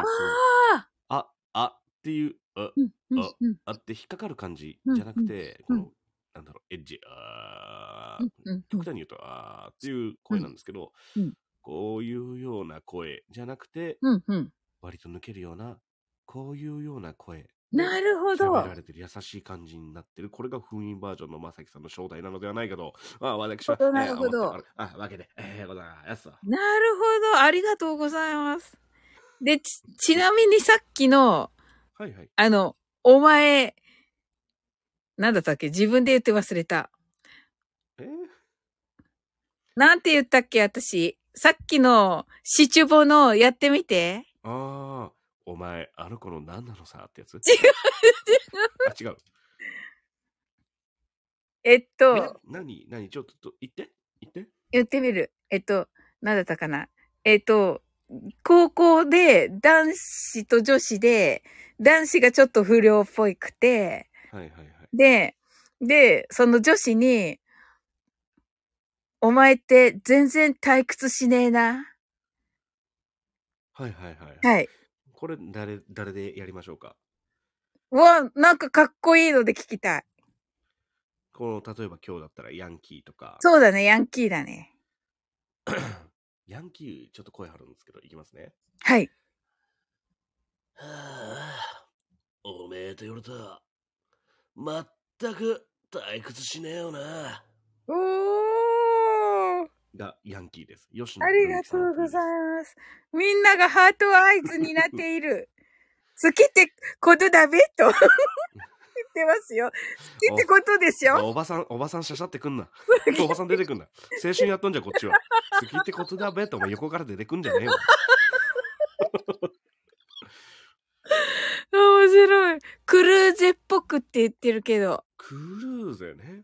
っていう、って引っかかる感じじゃなくて、この、なんだろう、エッジ、極端に言うと、っていう声なんですけど、こういうような声じゃなくて、割と抜けるような、こういうような声。 なるほど。 喋られてる優しい感じになってる。これが封印バージョンのまさきさんの正体なのではないかと、私は、 なるほど。 わけで、ございます。 なるほど。ありがとうございます。で、ちなみにさっきの、お前、なんだったっけ？自分で言って忘れた。なんて言ったっけ私。さっきのシチュボのやってみて。 お前、あの子の何なのさってやつ？違う。違う。何ちょっと言って。 言ってみる。なんだったかな。高校で男子と女子で、男子がちょっと不良っぽくて、で、その女子に、お前って全然退屈しねえな。 はい。これ誰でやりましょうか？ なんかかっこいいので聞きたい。 例えば今日だったらヤンキーとか。 そうだね、ヤンキーだね。 ヤンキーちょっと声張るんですけど、いきますね。 はい。 おめえと夜と、まったく退屈しねえよな。がヤンキーです。吉野ありがとうございます。みんながハートアイズになっている。好きってことだべと言ってますよ。好きってことでしょ。 おばさんしゃしゃってくんな。おばさん出てくんな。青春やっとんじゃこっちは。好きってことだべとお前横から出てくんじゃねえよ。 面白い。クルーゼっぽくって言ってるけど。 クルーゼね。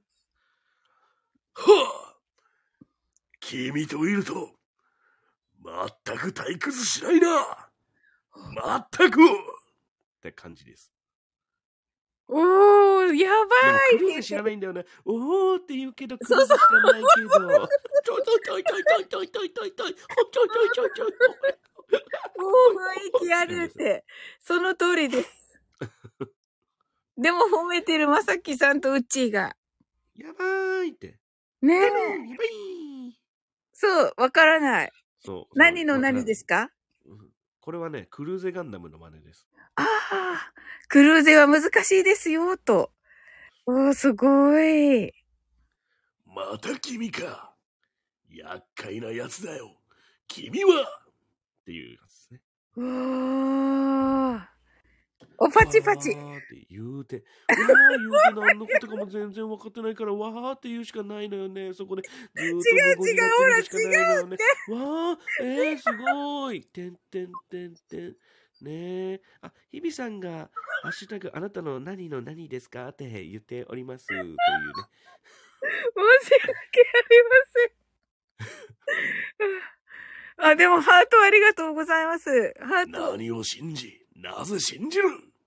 はあ、君といると、全く退屈しないな。全くって感じです。 おー、やばい。でもクルーゼ知らないんだよね。おーって言うけど、クルーゼ知らないけど。ちょい。もう雰囲気あるって。その通りです。でも褒めてるまさきさんとうっちーが。 やばーいって。 ねえ。 やばい。 そう、わからない。 そう。 何の何ですか？ これはね、クルーゼガンダムの真似です。 クルーゼは難しいですよ、と。すごい。 また君か。厄介なやつだよ。君はっていうやつですね。 おパチパチ。 って言うて何のことかも全然分かってないから、わーって言うしかないのよね。そこでずっと無言になってるしかないのよね。わー、すごい。てん。ねえ。日比さんが、ハッシュタグ、あなたの何の何ですかって言っております。というね。 申し訳ありません。 あ、でもハートありがとうございます。ハート。 何を信じ、なぜ信じる？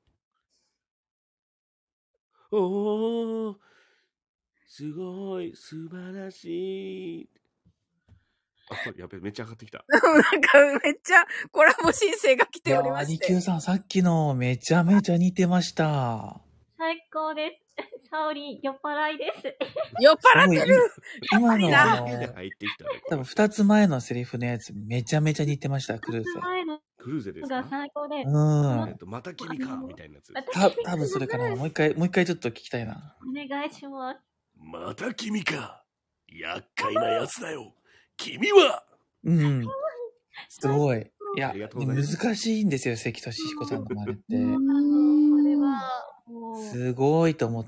おー、すごい、素晴らしい。あ、やべ、めっちゃ上がってきた。 なんかめっちゃコラボ申請が来ておりまして。 リキューさん、さっきのめちゃめちゃ似てました。 最高です。サオリン、酔っ払いです。 酔っ払ってる。 今の多分2つ前のセリフのやつめちゃめちゃ似てました、クルーゼ。 クルーゼですか？ が最高で。 また君かみたいなやつ。 多分それかな。もう一回ちょっと聞きたいな。 お願いします。 また君か。厄介なやつだよ。君は。 うん。すごい。いや、難しいんですよ、関俊彦さんの真似って。 これはすごいと思って。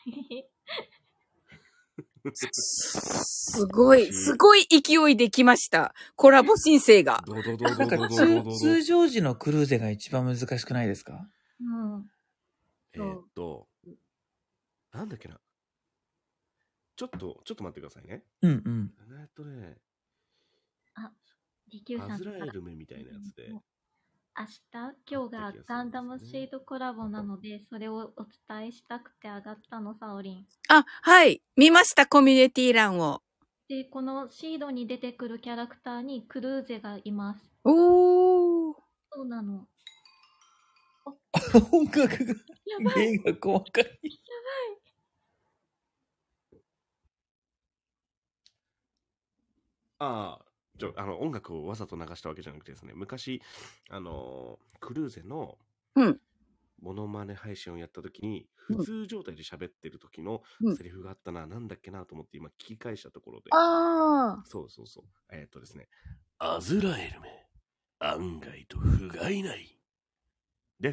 すごい勢いできました。コラボ申請が。 なんか通常時のクルーゼが一番難しくないですか？ なんだっけな。ちょっと待ってくださいね。 リキューさん。 アズラエルメみたいなやつで。 今日がガンダムシードコラボなので、それをお伝えしたくて上がったの、サオリン。 あ、はい。見ました、コミュニティ欄を。 で、このシードに出てくるキャラクターにクルーゼがいます。 おー。 そうなの。 音楽が、目が細かい。やばい。 ああ。音楽をわざと流したわけじゃなくてですね、昔、クルーゼのモノマネ配信をやった時に、普通状態で喋ってる時のセリフがあったな、なんだっけなと思って今聞き返したところで。そう。ですね、アズラエルメ、案外と不甲斐ない。です。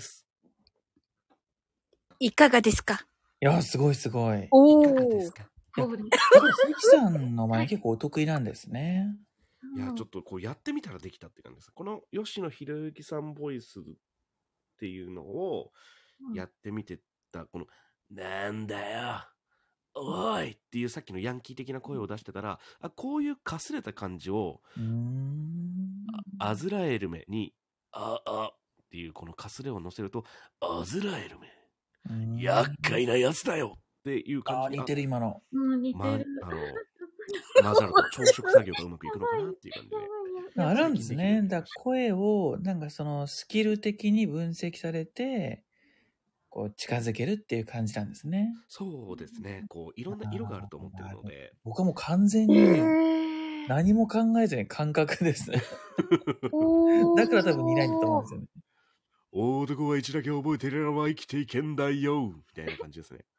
いかがですか？ いや、すごい。 おー。 いかがですか？関さんの前結構お得意なんですね。 いや、ちょっとこうやってみたらできたって感じです。この吉野博之さんボイスっていうのをやってみてた、この、なんだよ、おいっていうさっきのヤンキー的な声を出してたら、こういうかすれた感じを、アズラエルメに、っていうこのかすれを乗せると、アズラエルメ、厄介なやつだよっていう感じ。 似てる今の。 似てる。 混ざると朝食作業がうまくいくのかなっていう感じで。 あるんですね。だから声をなんかそのスキル的に分析されてこう近づけるっていう感じなんですね。 そうですね。こういろんな色があると思ってるので。 僕はもう完全に何も考えずに感覚ですね。だから多分似ないと思うんですよね。 男は一だけ覚えていれば生きていけんだよみたいな感じですね。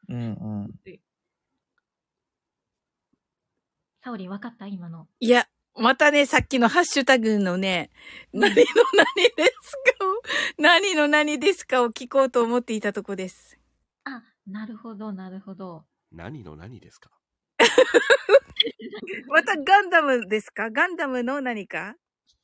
サオリン分かった今の。 いや、またね、さっきのハッシュタグのね、何の何ですかを聞こうと思っていたとこです。 あ、なるほど。 何の何ですか？ またガンダムですか？ガンダムの何か？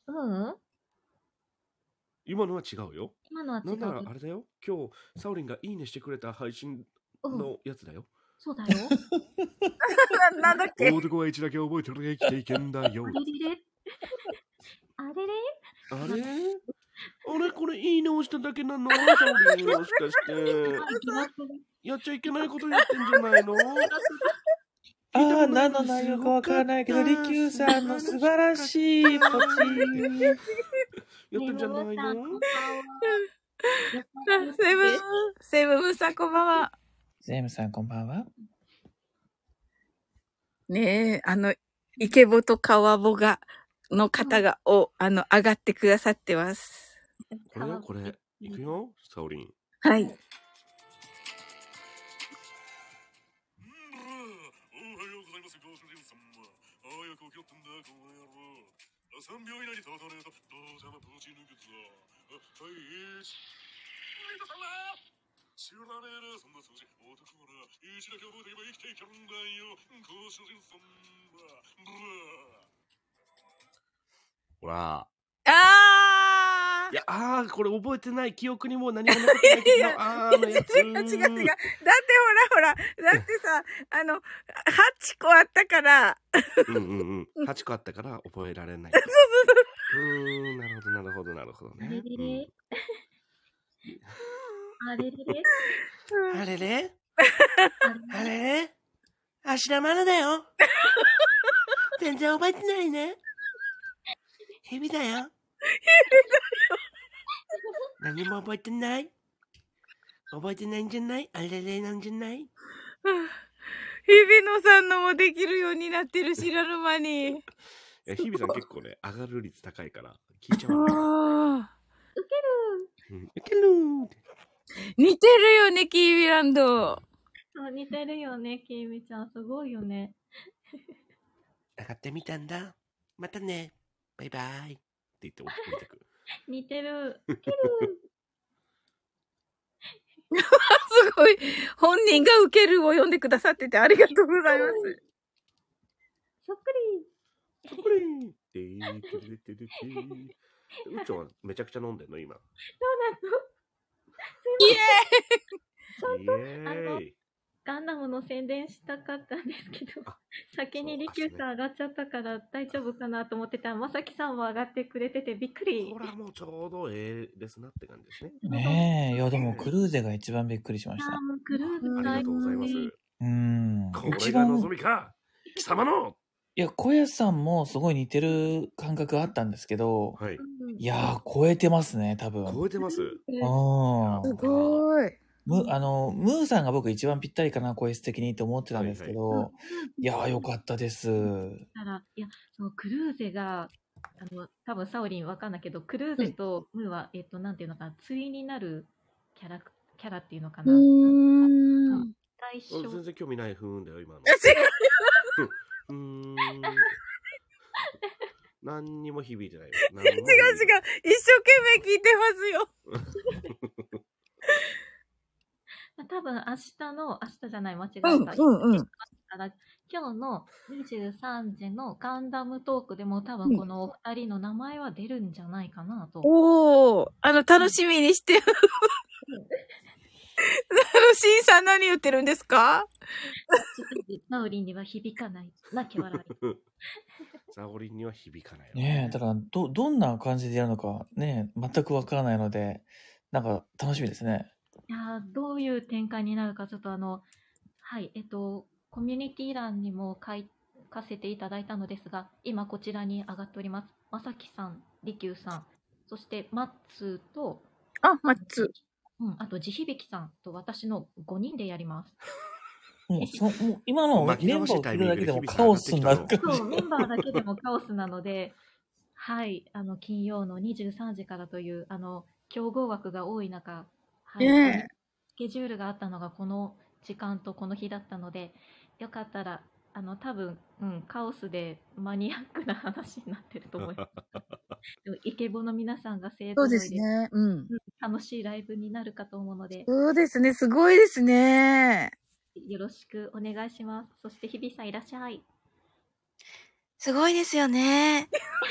今のは違うよ。 今のは違う。 なんならあれだよ。今日、サオリンがいいねしてくれた配信のやつだよ。 そうだよ。 なんだっけ？ 男は一だけ覚えてるが生きていけんだよ。 あれこれいいねをしただけなの？サオリンもしかして。やっちゃいけないことやってんじゃないの？ 何の内容かわからないけど、リキューさんの素晴らしいポチー。 やってんじゃないの？ セブンさんこんばんは。 セムさんこんばんは。 ねえ、イケボとカワボの方が、上がってくださってます。 これ、いくよ、サオリン。 はい。3秒以内に立たねえと、どうせぶち抜くぞ。はい、知らねえな、そんな数字。男はな、一だけ覚えていれば生きていけるんだよ。ご主人様。 ほら。 あーいや、これ覚えてない。記憶にもう何も残ってないけど、のやつ。 違う。だってほら。だってさ、8個あったから。 8個あったから覚えられない。 そう。 なるほど、なるほど、なるほどね。 あれれれ、あれれれ、 あれれあれれ芦田愛菜だよ。全然覚えてないね。日々だよ。何も覚えてない。覚えてないんじゃない？あれれなんじゃない？ 日比野さんのもできるようになってる、知らぬ間に。 いや、日々さん結構ね、上がる率高いから、聞いちゃう。 ウケる。 ウケる似てるよね、キービランド。 そう、似てるよね、きみちゃん。すごいよね。 上がってみたんだ。またね。バイバイ。って言って降りてく。 似てる。ウケる。 すごい。本人がウケるを読んでくださっててありがとうございます。 そっくり。 そっくりって言ってるって言ってる。うっちょはめちゃくちゃ飲んでんの今。 そうなの。 イエーイ。 ガンダムの宣伝したかったんですけど、先にリキューさん上がっちゃったから大丈夫かなと思ってたら、まさきさんも上がってくれててびっくり。 これはもうちょうどですなって感じですね。 ねえ、いやでもクルーゼが一番びっくりしました。 クルーズありがとうございます。これが望みか貴様の。 いや、小安さんもすごい似てる感覚があったんですけど、はい、いやー、超えてますね、多分。 超えてます。 すごい。 ムーさんが僕一番ぴったりかな、声質的にと思ってたんですけど、いやー、よかったです。 いや、そのクルーゼが、多分サオリンわかんないけど、クルーゼとムーは、なんていうのかな、対になるキャラっていうのかな。 対象。全然興味ないふーんだよ、今の。何にも響いてないよ。 違う。一生懸命聞いてますよ。 多分明日じゃない、間違えた。今日の23時のガンダムトークでも多分このお二人の名前は出るんじゃないかなと。 楽しみにして。シンさん何言ってるんですか？ サオリンには響かない。泣き笑い。 サオリンには響かない。 ねえ、だからどんな感じでやるのかね、全くわからないので、なんか楽しみですね。 いやどういう展開になるかちょっとはい、コミュニティ欄にも書かせていただいたのですが、今こちらに上がっております。まさきさん、りきゅうさん、そしてマッツーと、 マッツー。あと地響さんと私の5人でやります。 もう今のメンバーを聞くだけでもカオスになるから。 そう、メンバーだけでもカオスなので、はい、金曜の23時からという、競合枠が多い中、はい、スケジュールがあったのがこの時間とこの日だったので、よかったら、多分、カオスでマニアックな話になってると思います。でもイケボの皆さんが勢ぞろいで、楽しいライブになるかと思うので。 そうですね、すごいですね。 よろしくお願いします。そして日比さんいらっしゃい。 すごいですよね。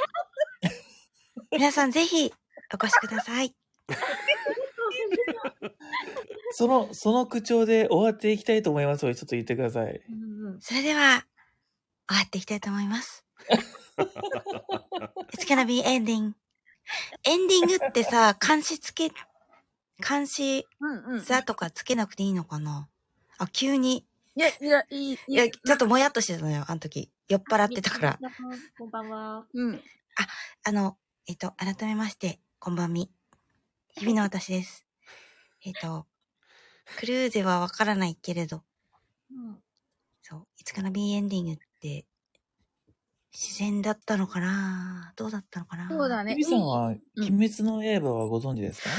皆さんぜひお越しください。 その口調で終わっていきたいと思いますので、ちょっと言ってください。 それでは、終わっていきたいと思います。It's gonna be ending. エンディングってさ、監視座とかつけなくていいのかな？急に。 いや、 ちょっともやっとしてたのよ、あの時。酔っ払ってたから。 こんばんは。 改めまして、こんばんみ。日々の私です。クルーゼはわからないけれど、そう、It's gonna be ending って、自然だったのかな？どうだったのかな？ そうだね。 日比さんは、鬼滅の刃はご存知ですか？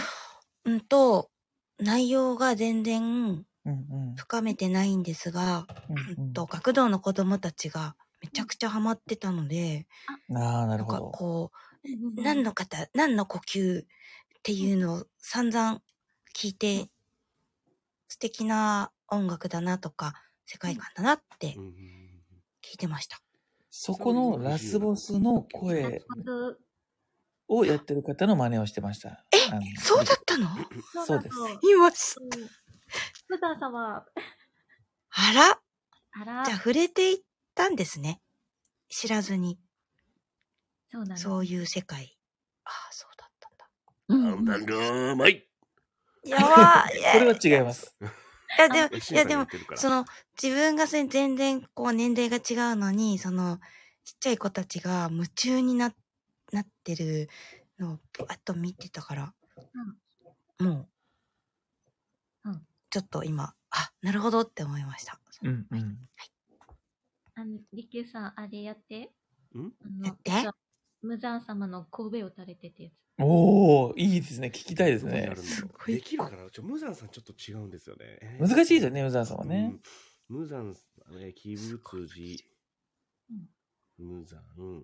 内容が全然、深めてないんですが、学童の子供たちがめちゃくちゃハマってたので、 なるほど。 なんかこう、何の呼吸っていうのを散々聞いて、素敵な音楽だなとか、世界観だなって聞いてました。 そこのラスボスの声をやってる方の真似をしてました。 そうだったの？ そうです。 今知った。 普段様。 あら。じゃあ触れていったんですね。知らずに。 そうなんです。 そういう世界。ああ、そうだったんだ。 だんだん甘い。 やばい。 これは違います。 いやでも、自分が全然こう年齢が違うのに、ちっちゃい子たちが夢中になってるのをあと見てたから、もう、ちょっと今、なるほどって思いました。 うんうん。 はい。 リキューさん、あれやって。 やって。 無惨様の神戸を垂れてってやつ。 おー、いいですね。聞きたいですね。 できるかな。無惨さんちょっと違うんですよね。 難しいですよね、無惨さんはね。 無惨、鬼仏寺、無惨、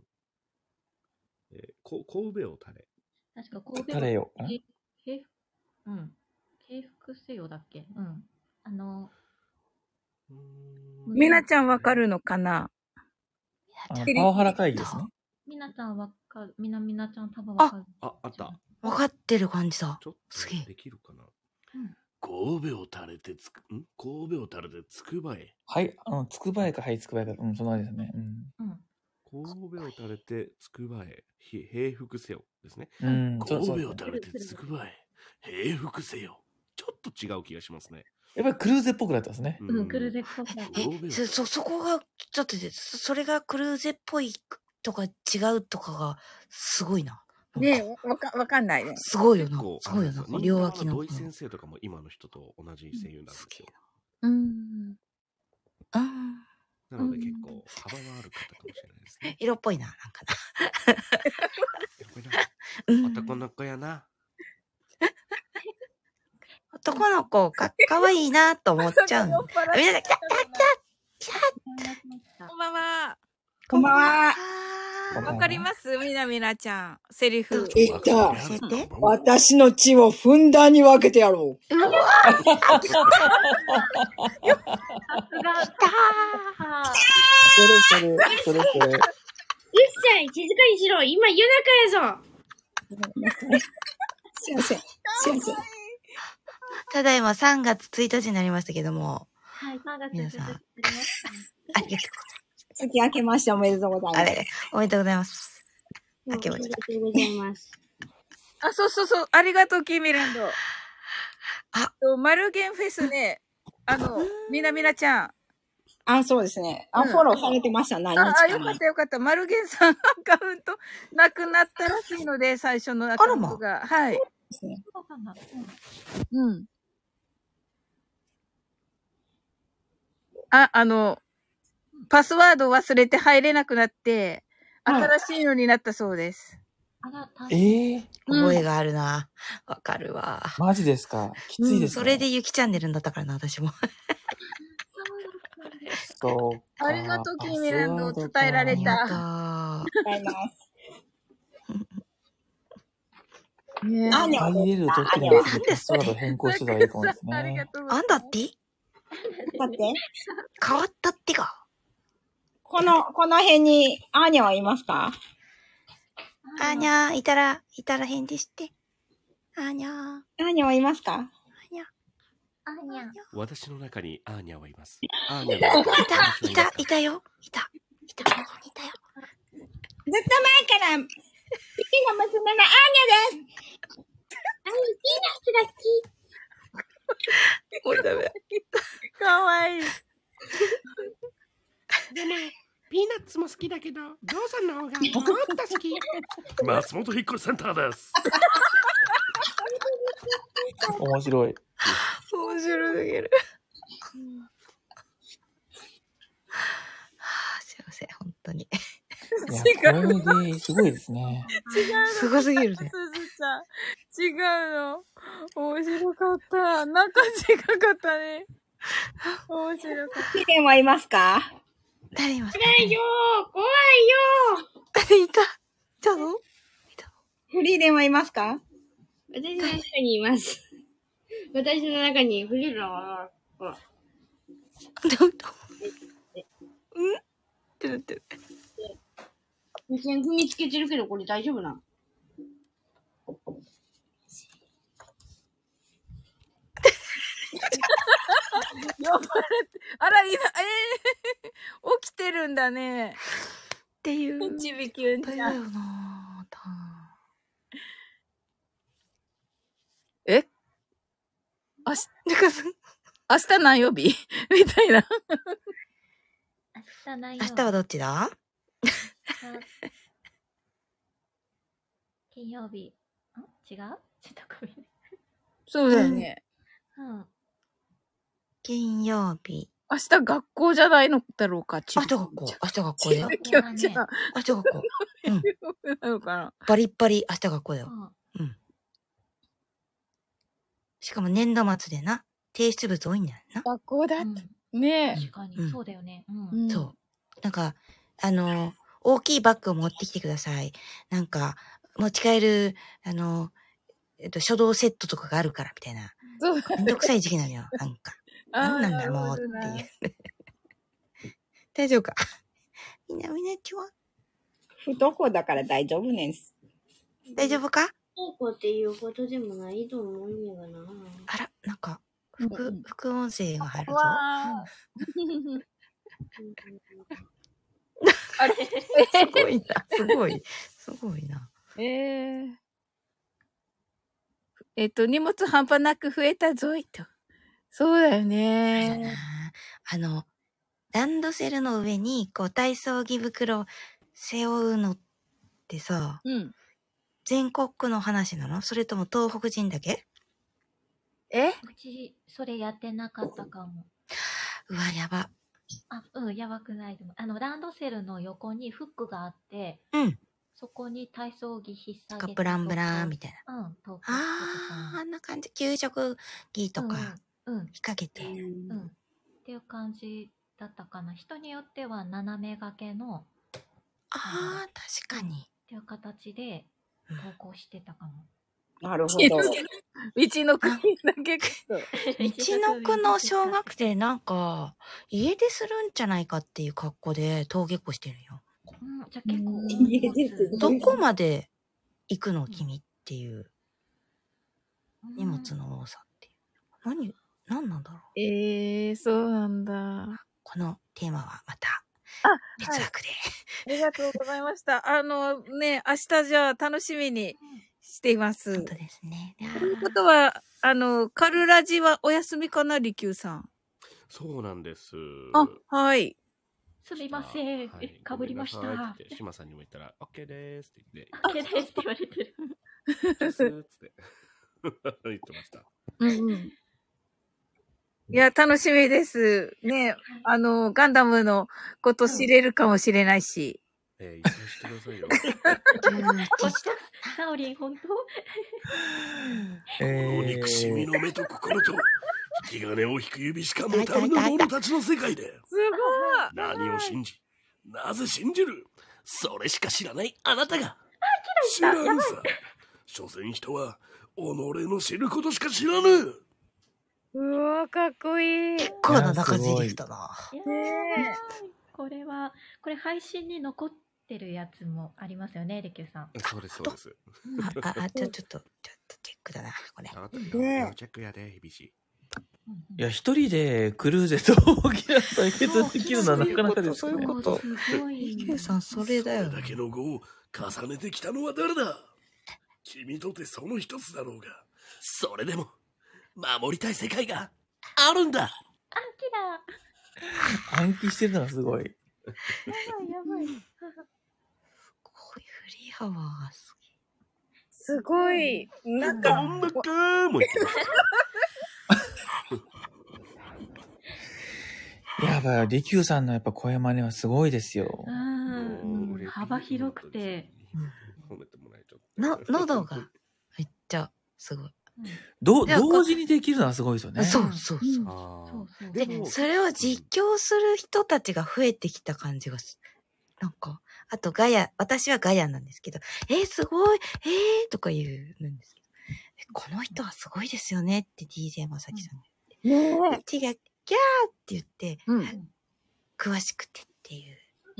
神戸を垂れ。 確か神戸を垂れよ。 敬服せよだっけ。 みなちゃんわかるのかな。 パワハラ会議ですね。 みなちゃんわかる。みなちゃん多分わかる。 あった。 わかってる感じだ。 すげえ。できるかな。神戸を垂れて神戸を垂れてつくばえ。 はい、つくばえか、はい、つくばえか。そのあれですね。 神戸を垂れてつくばえ。平服せよですね。 神戸を垂れてつくばえ。平服せよ。ちょっと違う気がしますね。 やっぱりクルーゼっぽくなってますね。 クルーゼっぽくなって。 そこが、ちょっとそれがクルーゼっぽいとか違うとかが、すごいな。 ねえ、わかんないね。 すごいよな。すごいよな。両脇の。 土井先生とかも今の人と同じ声優なんですよ。なので結構幅がある方かもしれないですね。 色っぽいな、なんかな。男の子やな。 男の子かわいいなと思っちゃう。みんなで、キャッこんばんは。 こんばんは。 わかりますみなちゃん。セリフ。 言った。私の血をふんだんに分けてやろう。 うわさすが。 来たそれ。 うっさい、静かにしろ。今夜中やぞ。すいません。 ただいま3月1日になりましたけども。 はい、3月1日皆さん。ありがとうございます。 月明けましておめでとうございます。 おめでとうございます。 明けまして。おめでとうございます。 そう。ありがとう、キーミランド。マルゲンフェスね、みなちゃん。 そうですね。フォローされてました、何日か前。 よかった。マルゲンさんアカウントなくなったらしいので、最初のアカウントが。はい。パスワード忘れて入れなくなって、新しいのになったそうです。 覚えがあるな。わかるわ。 マジですか。きついですね。 それでゆきチャンネルになったからな、私も。 ありがとう、キーミランド伝えられた。 ありがとうございます。 入れる時にパスワード変更してたらいいかもですね。 あんだって変わったってか。 この辺にアーニャはいますか？ アーニャいたら返事して。アーニャはいますか？ 私の中にアーニャはいます。 いたよ。 ずっと前からピピの娘のアーニャです。ピーナッツが好き。 もうダメ。 かわいい。 でね、ピーナッツも好きだけど、ゾウさんの方がもっと好き。松本引っ越しセンターです。 面白い。 面白すぎる。すいません、本当に。 これですごいですね。 すごすぎるね。 違うの。面白かった。なんか違かったね。面白かった。 フリーレンはいますか？ 誰いますか？ 怖いよ。 誰いたの？ フリーレンはいますか？私の中にいます。私の中にフリーレンは、 ってなってる。 目線踏みつけてるけど、これ大丈夫な？ あら、起きてるんだね。 っていう。 ちびきゅんちゃん。 明日何曜日みたいな。 明日はどっちだ？ 金曜日。違う？ちょっとごめん。 そうだよね。 金曜日。 明日学校じゃないのだろうか。 明日学校。明日学校だよ。 明日学校。うん。 なのかな。 バリッバリ明日学校だよ。うん。しかも年度末でな、提出物多いんだよな。 学校だって。ねえ。 確かに、そうだよね。 そう。なんか、大きいバッグを持ってきてください。なんか、持ち帰る、書道セットとかがあるから、みたいな。めんどくさい時期なのよ。なんか。なんなんだ、もう、っていう。大丈夫か。みんなちは不登校だから大丈夫です。 大丈夫か？ 不登校っていうことでもないと思うんやがな。 あら、なんか、副音声が入るぞ。 あれすごいな、すごいな。 荷物半端なく増えたぞいと。そうだよね。 ランドセルの上に、こう、体操着袋を背負うのってさ、全国区の話なの？それとも東北人だけ？ うち、それやってなかったかも。 うわ、やば。 やばくないと思う。ランドセルの横にフックがあって、そこに体操着引っ提げて。 ブランブランみたいな。 あんな感じ。給食着とか、引っ掛けて。 っていう感じだったかな。人によっては斜め掛けの。 確かに。 っていう形で投稿してたかも。 なるほど。 道のくだけ。 道のくの小学生なんか、家出するんじゃないかっていう格好で登下校してるよ。 じゃあ結構。 家出ってどこまで行くの君っていう。荷物の多さっていう。何なんだろう。そうなんだ。 このテーマはまた別枠で、 ありがとうございました。明日じゃあ楽しみにしています。 本当ですね。 ということは、カルラジはお休みかな、リキューさん。 そうなんです。 はい。 すみません。かぶりました。 島さんにも言ったら、OK ですって言って。 OK ですって言われてる。 ですって言ってました。 いや、楽しみです。ね、ガンダムのこと知れるかもしれないし。 一緒にしてくださいよ。 サオリン、本当？ 憎しみの目と心と、引き金を引く指しか持たぬ者たちの世界で。 すごい！ 何を信じ、なぜ信じる？それしか知らないあなたが。知らぬさ。所詮人は、己の知ることしか知らぬ。 うわ、かっこいい。 結構な中尻でしたな。 これ配信に残ってるやつもありますよね、レキューさん。 そうです、そうです。 ちょっとチェックだな、これ。 チェックやで、ひびし。 いや、一人でクルーゼと沖縄対決できるのはなかなかです。 そういうこと。リキューさん、それだよ。 それだけの語を重ねてきたのは誰だ？君とてその一つだろうが、それでも、守りたい世界があるんだ。 暗記してるのがすごい。 やばい。 こういうフリーハワーがすごい。なんか、 もう言ってやばい、リキューさんのやっぱ声真似はすごいですよ。 幅広くて。 褒めてもらえちゃった。 喉がめっちゃすごい。 同時にできるのはすごいですよね。 そう。 で、 それを実況する人たちが増えてきた感じがなんか、あと私はガヤなんですけど、すごい、とか言うんですけど、この人はすごいですよねって DJ まさきさんが言って、うちがギャーって言って、詳しくてっていう、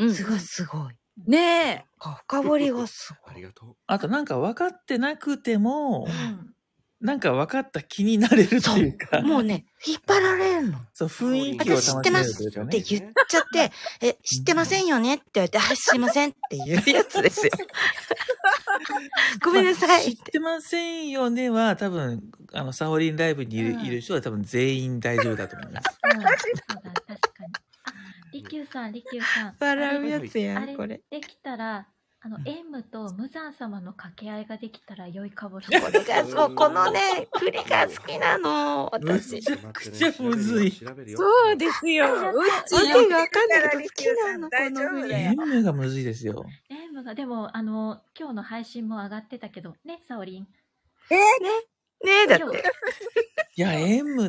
すごい。 ねえ。 深掘りがすごい。 ありがとう。 あとなんか分かってなくても、なんか分かった気になれるっていうか。 もうね、引っ張られるの。 そう、雰囲気を楽しめる、 私知ってますって言っちゃって、知ってませんよねって言われて、すいませんっていうやつですよ。 ごめんなさい。 知ってませんよねは、多分、サオリンライブにいる人は多分全員大丈夫だと思います。 そうだ、確かに。あ、リキューさん。 笑うやつやあれん、これ。 できたら、エムと無惨様の掛け合いができたら良いかもしこれない。 れがそう、このね、振りが好きなの、私。 むちゃくちゃむずい。 そうですよ。わけがわかんないけど好きなの、この振り。 エムがむずいですよ。 エムが、でも、今日の配信も上がってたけど、ね、サオリン。 ねだって。 いや、エムって、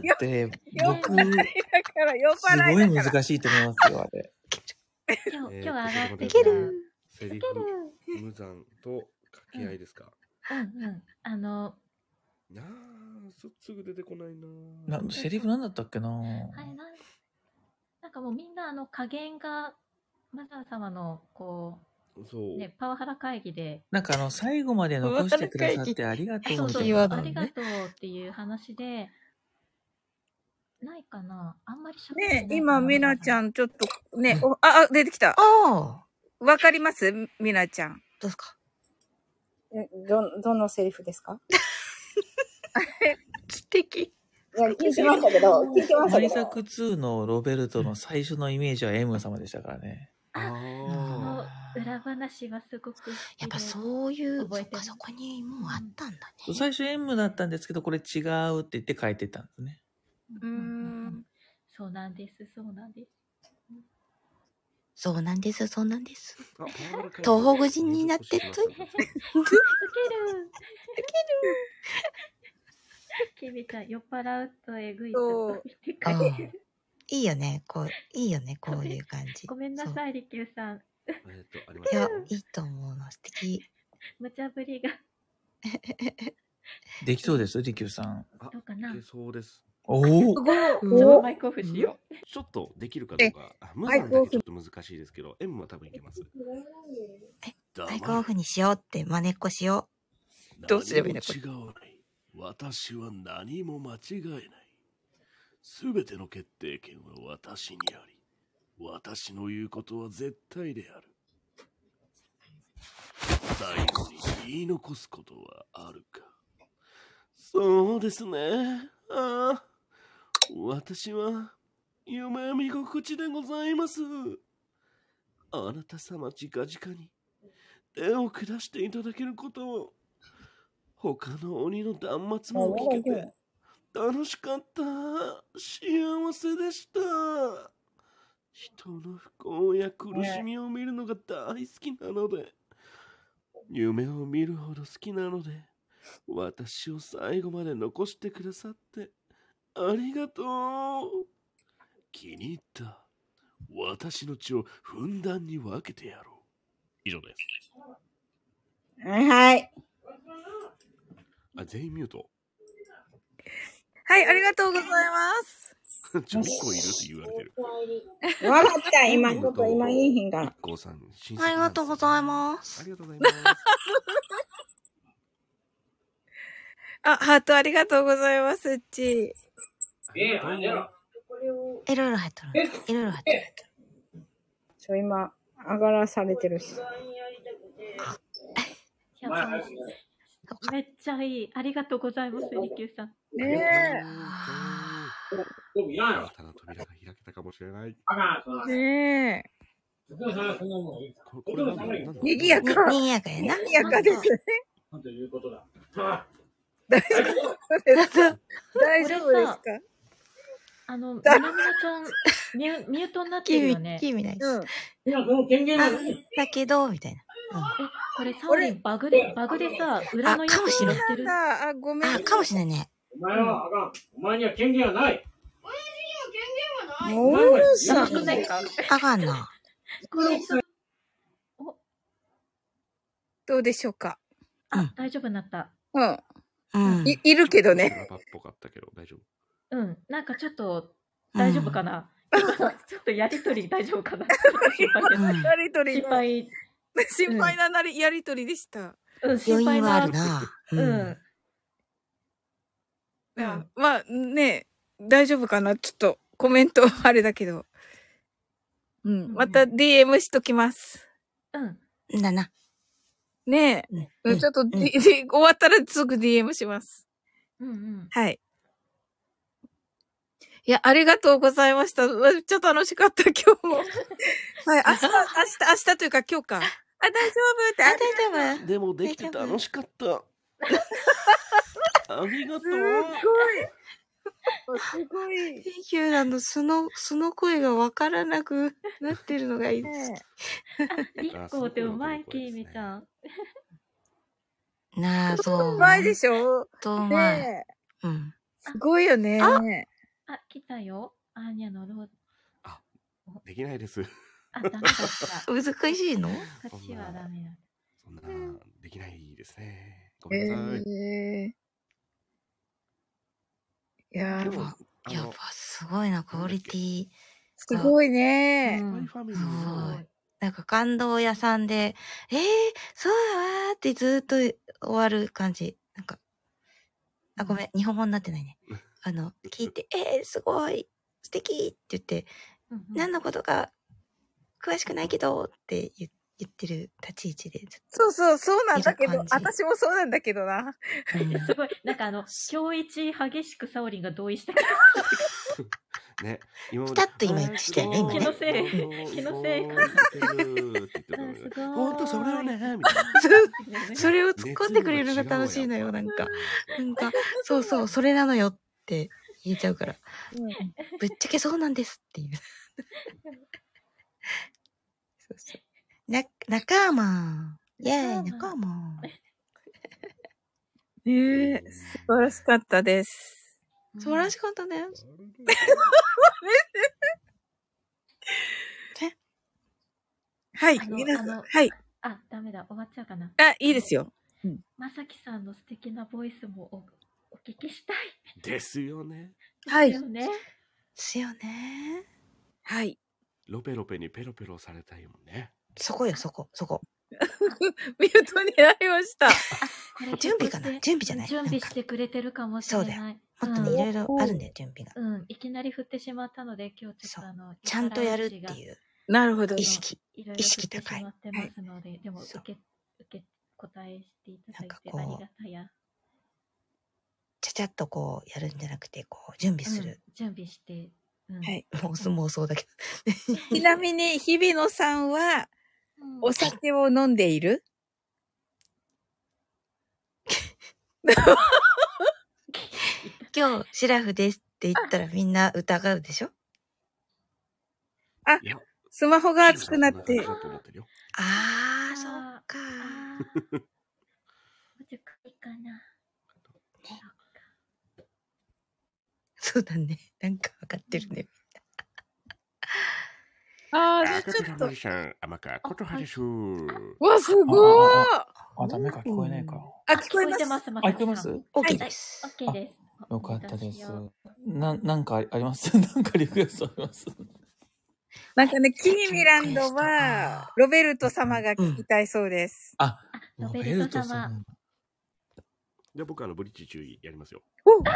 僕、すすごい難しいと思いますよ、あれ。 今日上がってた。 セリフ、無惨と掛け合いですか。すぐ出てこないな。 セリフなんだったっけな。 なんかもうみんな加減がマザー様のこうね、パワハラ会議でなんか最後まで残してくださってありがとうみたいな。 な。 ありがとうっていう話でないかな。あんまり喋ってない。 ね、今みなちゃんちょっとね、出てきた。わかりますみなちゃん。 どうですか？どのセリフですか？ 素敵。 いや、聞いてましたけど、 大作2のロベルトの最初のイメージは M 様でしたからね。 その裏話はすごくやっぱそういう、そこにもうあったんだね。 最初 M だったんですけど、これ違うって言って変えてたんですね。 そうなんです。 東北人になってっと。ウケる。 キビちゃん、酔っ払うとえぐいと言って書いてる。 いいよね、こういう感じ。 ごめんなさい、リキューさん。 いや、いいと思うの、素敵。 無茶ぶりが。 できそうです、リキューさん。 どうかな？ できそうです。 おお。マイクオフしよう。 ちょっとできるかどうか。無惨だけちょっと難しいですけど、M は多分いけます。 マイクオフにしようって真似っこしよう。どうすればいいの？ 違わない。私は何も間違えない。すべての決定権は私にあり、私の言うことは絶対である。最後に言い残すことはあるか。そうですね。私は夢見心地でございます。あなた様直々に手を下していただけることを、他の鬼の断末も聞けて楽しかった。幸せでした。人の不幸や苦しみを見るのが大好きなので、夢を見るほど好きなので、私を最後まで残してくださってありがとう。気に入った。私の血をふんだんに分けてやろう。以上です。 はい。 全員ミュート。 はい、ありがとうございます。 ちょっと1個いるって言われてる。 わかった、今いい品が。 ありがとうございます。 ありがとうございます。 ハートありがとうございます、うち。いろいろ入ってる。 今、上がらされてるし。 めっちゃいい。ありがとうございます、リキューさん。 新たな扉が開けたかもしれない。 ねえ。 これにぎやかやな。にぎやかですね。 なんていうことだ。 大丈夫ですか？ みなみなちゃん、ミュートになってるよね。 キーみたいです。 いや、その権限はない。 だけど、みたいな。 これサオリンバグでさ、裏のやつ拾ってる。 ごめん。かもしれないね。 お前はあかん。お前には権限はない。 お前には権限はない。 もうさ、あかんな。どうでしょうか？ 大丈夫になった。 いるけどね。 ラバっぽかったけど大丈夫。 なんかちょっと大丈夫かな。ちょっとやりとり大丈夫かな。 やりとり心配なやりとりでした。 心配はあるな。まあね、大丈夫かな。ちょっとコメントあれだけど。また DM しときます。 だな。 ねえ。ちょっと、終わったらすぐ DM します。 うんうん。 はい。いや、ありがとうございました。めっちゃ楽しかった、今日も。はい、明日というか今日か。大丈夫って、 大丈夫でもできて楽しかった。ありがとう。 すごい。Thank you 素の声がわからなくなってるのがいいです。 リッコーってうまい、きみちゃん。 なあ、そう。 うまいでしょ？ うまい。 うん。すごいよね。 あ、来たよ。アーニャのロード。 あ、できないです。 ダメだった。 難しいの？ こっちはダメだ。 そんな、できないですね。ごめんなさい。 やっぱすごいな、クオリティ。 すごいね。 すごい。なんか感動屋さんで、そうだわーってずっと終わる感じ。なんか、ごめん、日本語になってないね。聞いて、すごい、素敵って言って、何のことか詳しくないけどって言ってる立ち位置でずっと。 そうなんだけど、私もそうなんだけどな。 すごい、なんか今日一激しくサオリンが同意したけど。 ね、 ピタッと今一致したよね、今ね。 気のせい。 ほんとそれはね、みたいな。それを突っ込んでくれるのが楽しいのよ、なんか、そう、それなのよって言えちゃうから。ぶっちゃけそうなんですっていう。そう。仲間。イェーイ、仲間。 ねえ、素晴らしかったです。 素晴らしかったね。 はい、皆さん。はい。 ダメだ。終わっちゃうかな。 いいですよ。 まさきさんの素敵なボイスもお聞きしたい。 ですよね。 はい。 ですよね。 はい。 ロペロペにペロペロされたいもんね。 そこよ、そこ。 ミュートになりました。 準備かな？準備じゃない？ 準備してくれてるかもしれない。 そうだよ。もっとね、いろいろあるんだよ、準備が。 いきなり振ってしまったので、今日ちょっとちゃんとやるっていう。 なるほど。 意識高い。 はい。でも、受け答えしていただいてありがたや。 ちゃっとこう、やるんじゃなくて、こう、準備する。 準備して。 はい。もうそうだけど。ちなみに、日比野さんは、お酒を飲んでいる？ 今日、シラフですって言ったらみんな疑うでしょ？ スマホが熱くなって。 そうか。 もうちょっといいかな。 そうだね。なんか分かってるね。 ちょっと。甘か、ことはです。 わ、すごー。ダメか、聞こえないか。 聞こえてます。 聞こえます？ OK です。 OK です。 よかったです。なんかありますなんかリクエストありますなんかね、キーミランドは、ロベルト様が聞きたいそうです。 ロベルト様。 で、僕ブリッジ注意やりますよ。 や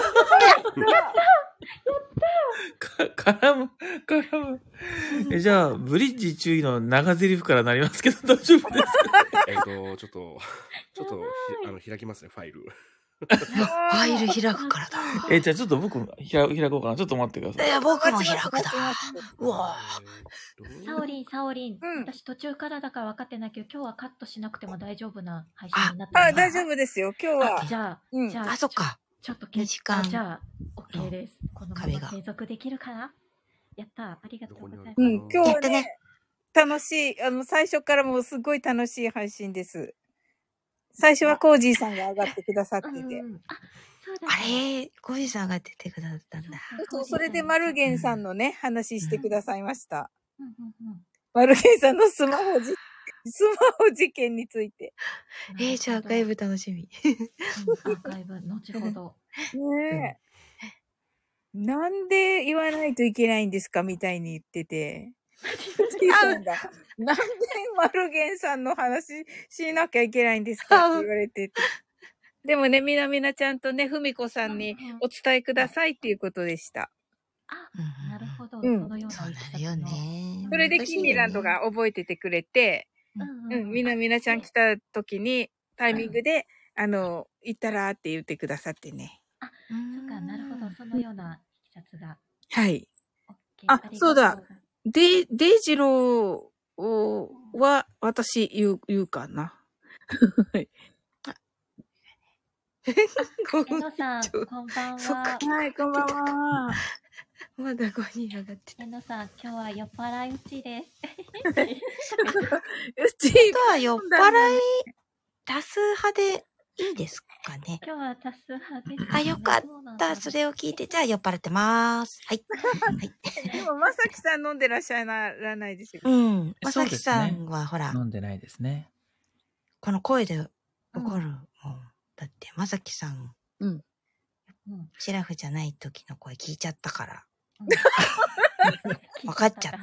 った絡む。じゃあ、ブリッジ注意の長台詞からなりますけど、大丈夫ですか？ ちょっと、開きますね、ファイル。 ファイル開くからだ。 じゃあちょっと僕開こうかな。ちょっと待ってください。 僕も開くだ。うわサオリン。私途中からだから分かってないけど、今日はカットしなくても大丈夫な配信になってます。 大丈夫ですよ、今日は。 じゃあ、 そっか。 ちょっと2時間。じゃあ、OK です。このまま継続できるかな？やった。ありがとうございます。 今日はね、楽しい、最初からもうすごい楽しい配信です。最初はコージーさんが上がってくださってて。 コージーさんが出てくださったんだ。 それでマルゲンさんのね、話してくださいました。マルゲンさんのスマホ事件について。 じゃあアーカイブ楽しみ。 アーカイブ、後ほど。 ねえ。なんで言わないといけないんですかみたいに言ってて。なんでマルゲンさんの話しなきゃいけないんですかって言われてて。でもね、みなちゃんとね、ふみこさんにお伝えくださいっていうことでした。 なるほど。そのような。 そうなるよね。 それでキーミランドが覚えててくれて、 みなちゃん来た時に、タイミングで、行ったらって言ってくださってね。 あ、そっか、なるほど。そのようないきさつが。 はい。あ、そうだ。デイジローは、私言うかな。はい。 えのさん、こんばんは。 はい、こんばんは。まだ5人上がってた。えのさん、今日は酔っ払いうちです。 うちは酔っ払い多数派でいいですかね。 今日は多数派です、ね。 あ、よかった。それを聞いて、じゃあ酔っ払ってまーす。はい。はい。 でも、まさきさん飲んでらっしゃらないですよ。 まさきさんはほら。 飲んでないですね。 この声で怒るもん。だって、まさきさん。シラフじゃない時の声聞いちゃったから。分かっちゃったから。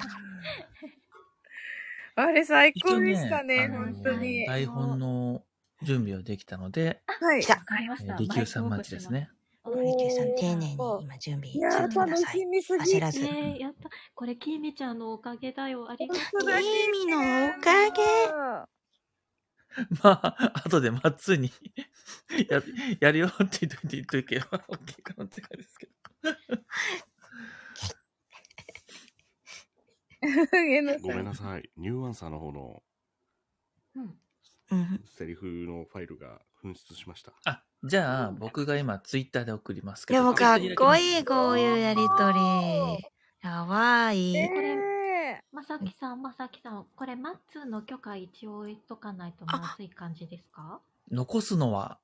あれ最高でしたね、本当に。 台本の準備はできたので、 はい。 わかりました。 利休さん待ちですね。 利休さん、丁寧に今準備しててください。焦らず。 やった。これ、きみちゃんのおかげだよ。ありがとう。 きみのおかげ。 まあ、後でマッツーにやるよって言っとけば OK かなって感じですけど。 ごめんなさい。ニューアンサーの方のセリフのファイルが紛失しました。 あ、じゃあ僕が今ツイッターで送りますけど。 でもかっこいいこういうやりとり。やばい。 これまさきさん、これマッツーの許可一応言っとかないとまずい感じですか？ 残すのは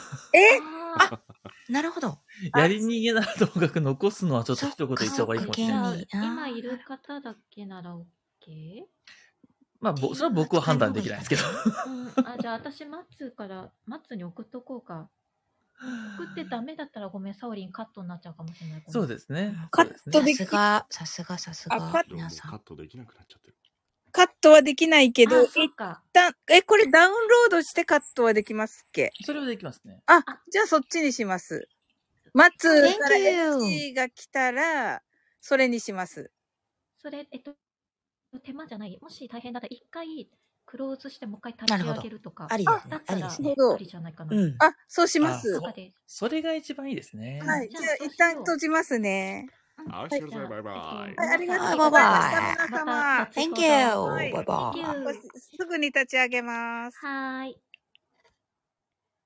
なるほど。 やり逃げならともかく残すのはちょっと一言言った方がいいかもしれない。 今いる方だけなら OK？ まあ、それは僕は判断できないですけど。 じゃあ私マッツーに送っとこうか。送ってダメだったらごめん、サオリンカットになっちゃうかもしれない。 そうですね。 カットできさすが。 皆さん。カットできなくなっちゃってる。 カットはできないけど、 一旦、 これダウンロードしてカットはできますっけ？ それはできますね。 じゃあそっちにします。マッツーから SG が来たら、それにします。 それ、手間じゃない。もし大変だったら一回クローズしてもう一回立ち上げるとか。 ありですね。 ありじゃないかな。 そうします。 それが一番いいですね。 はい。じゃあ一旦閉じますね。 ありがとうございます。バイバイ。 ありがとうございます。皆様。 Thank you. バイバイ。 すぐに立ち上げます。 はい。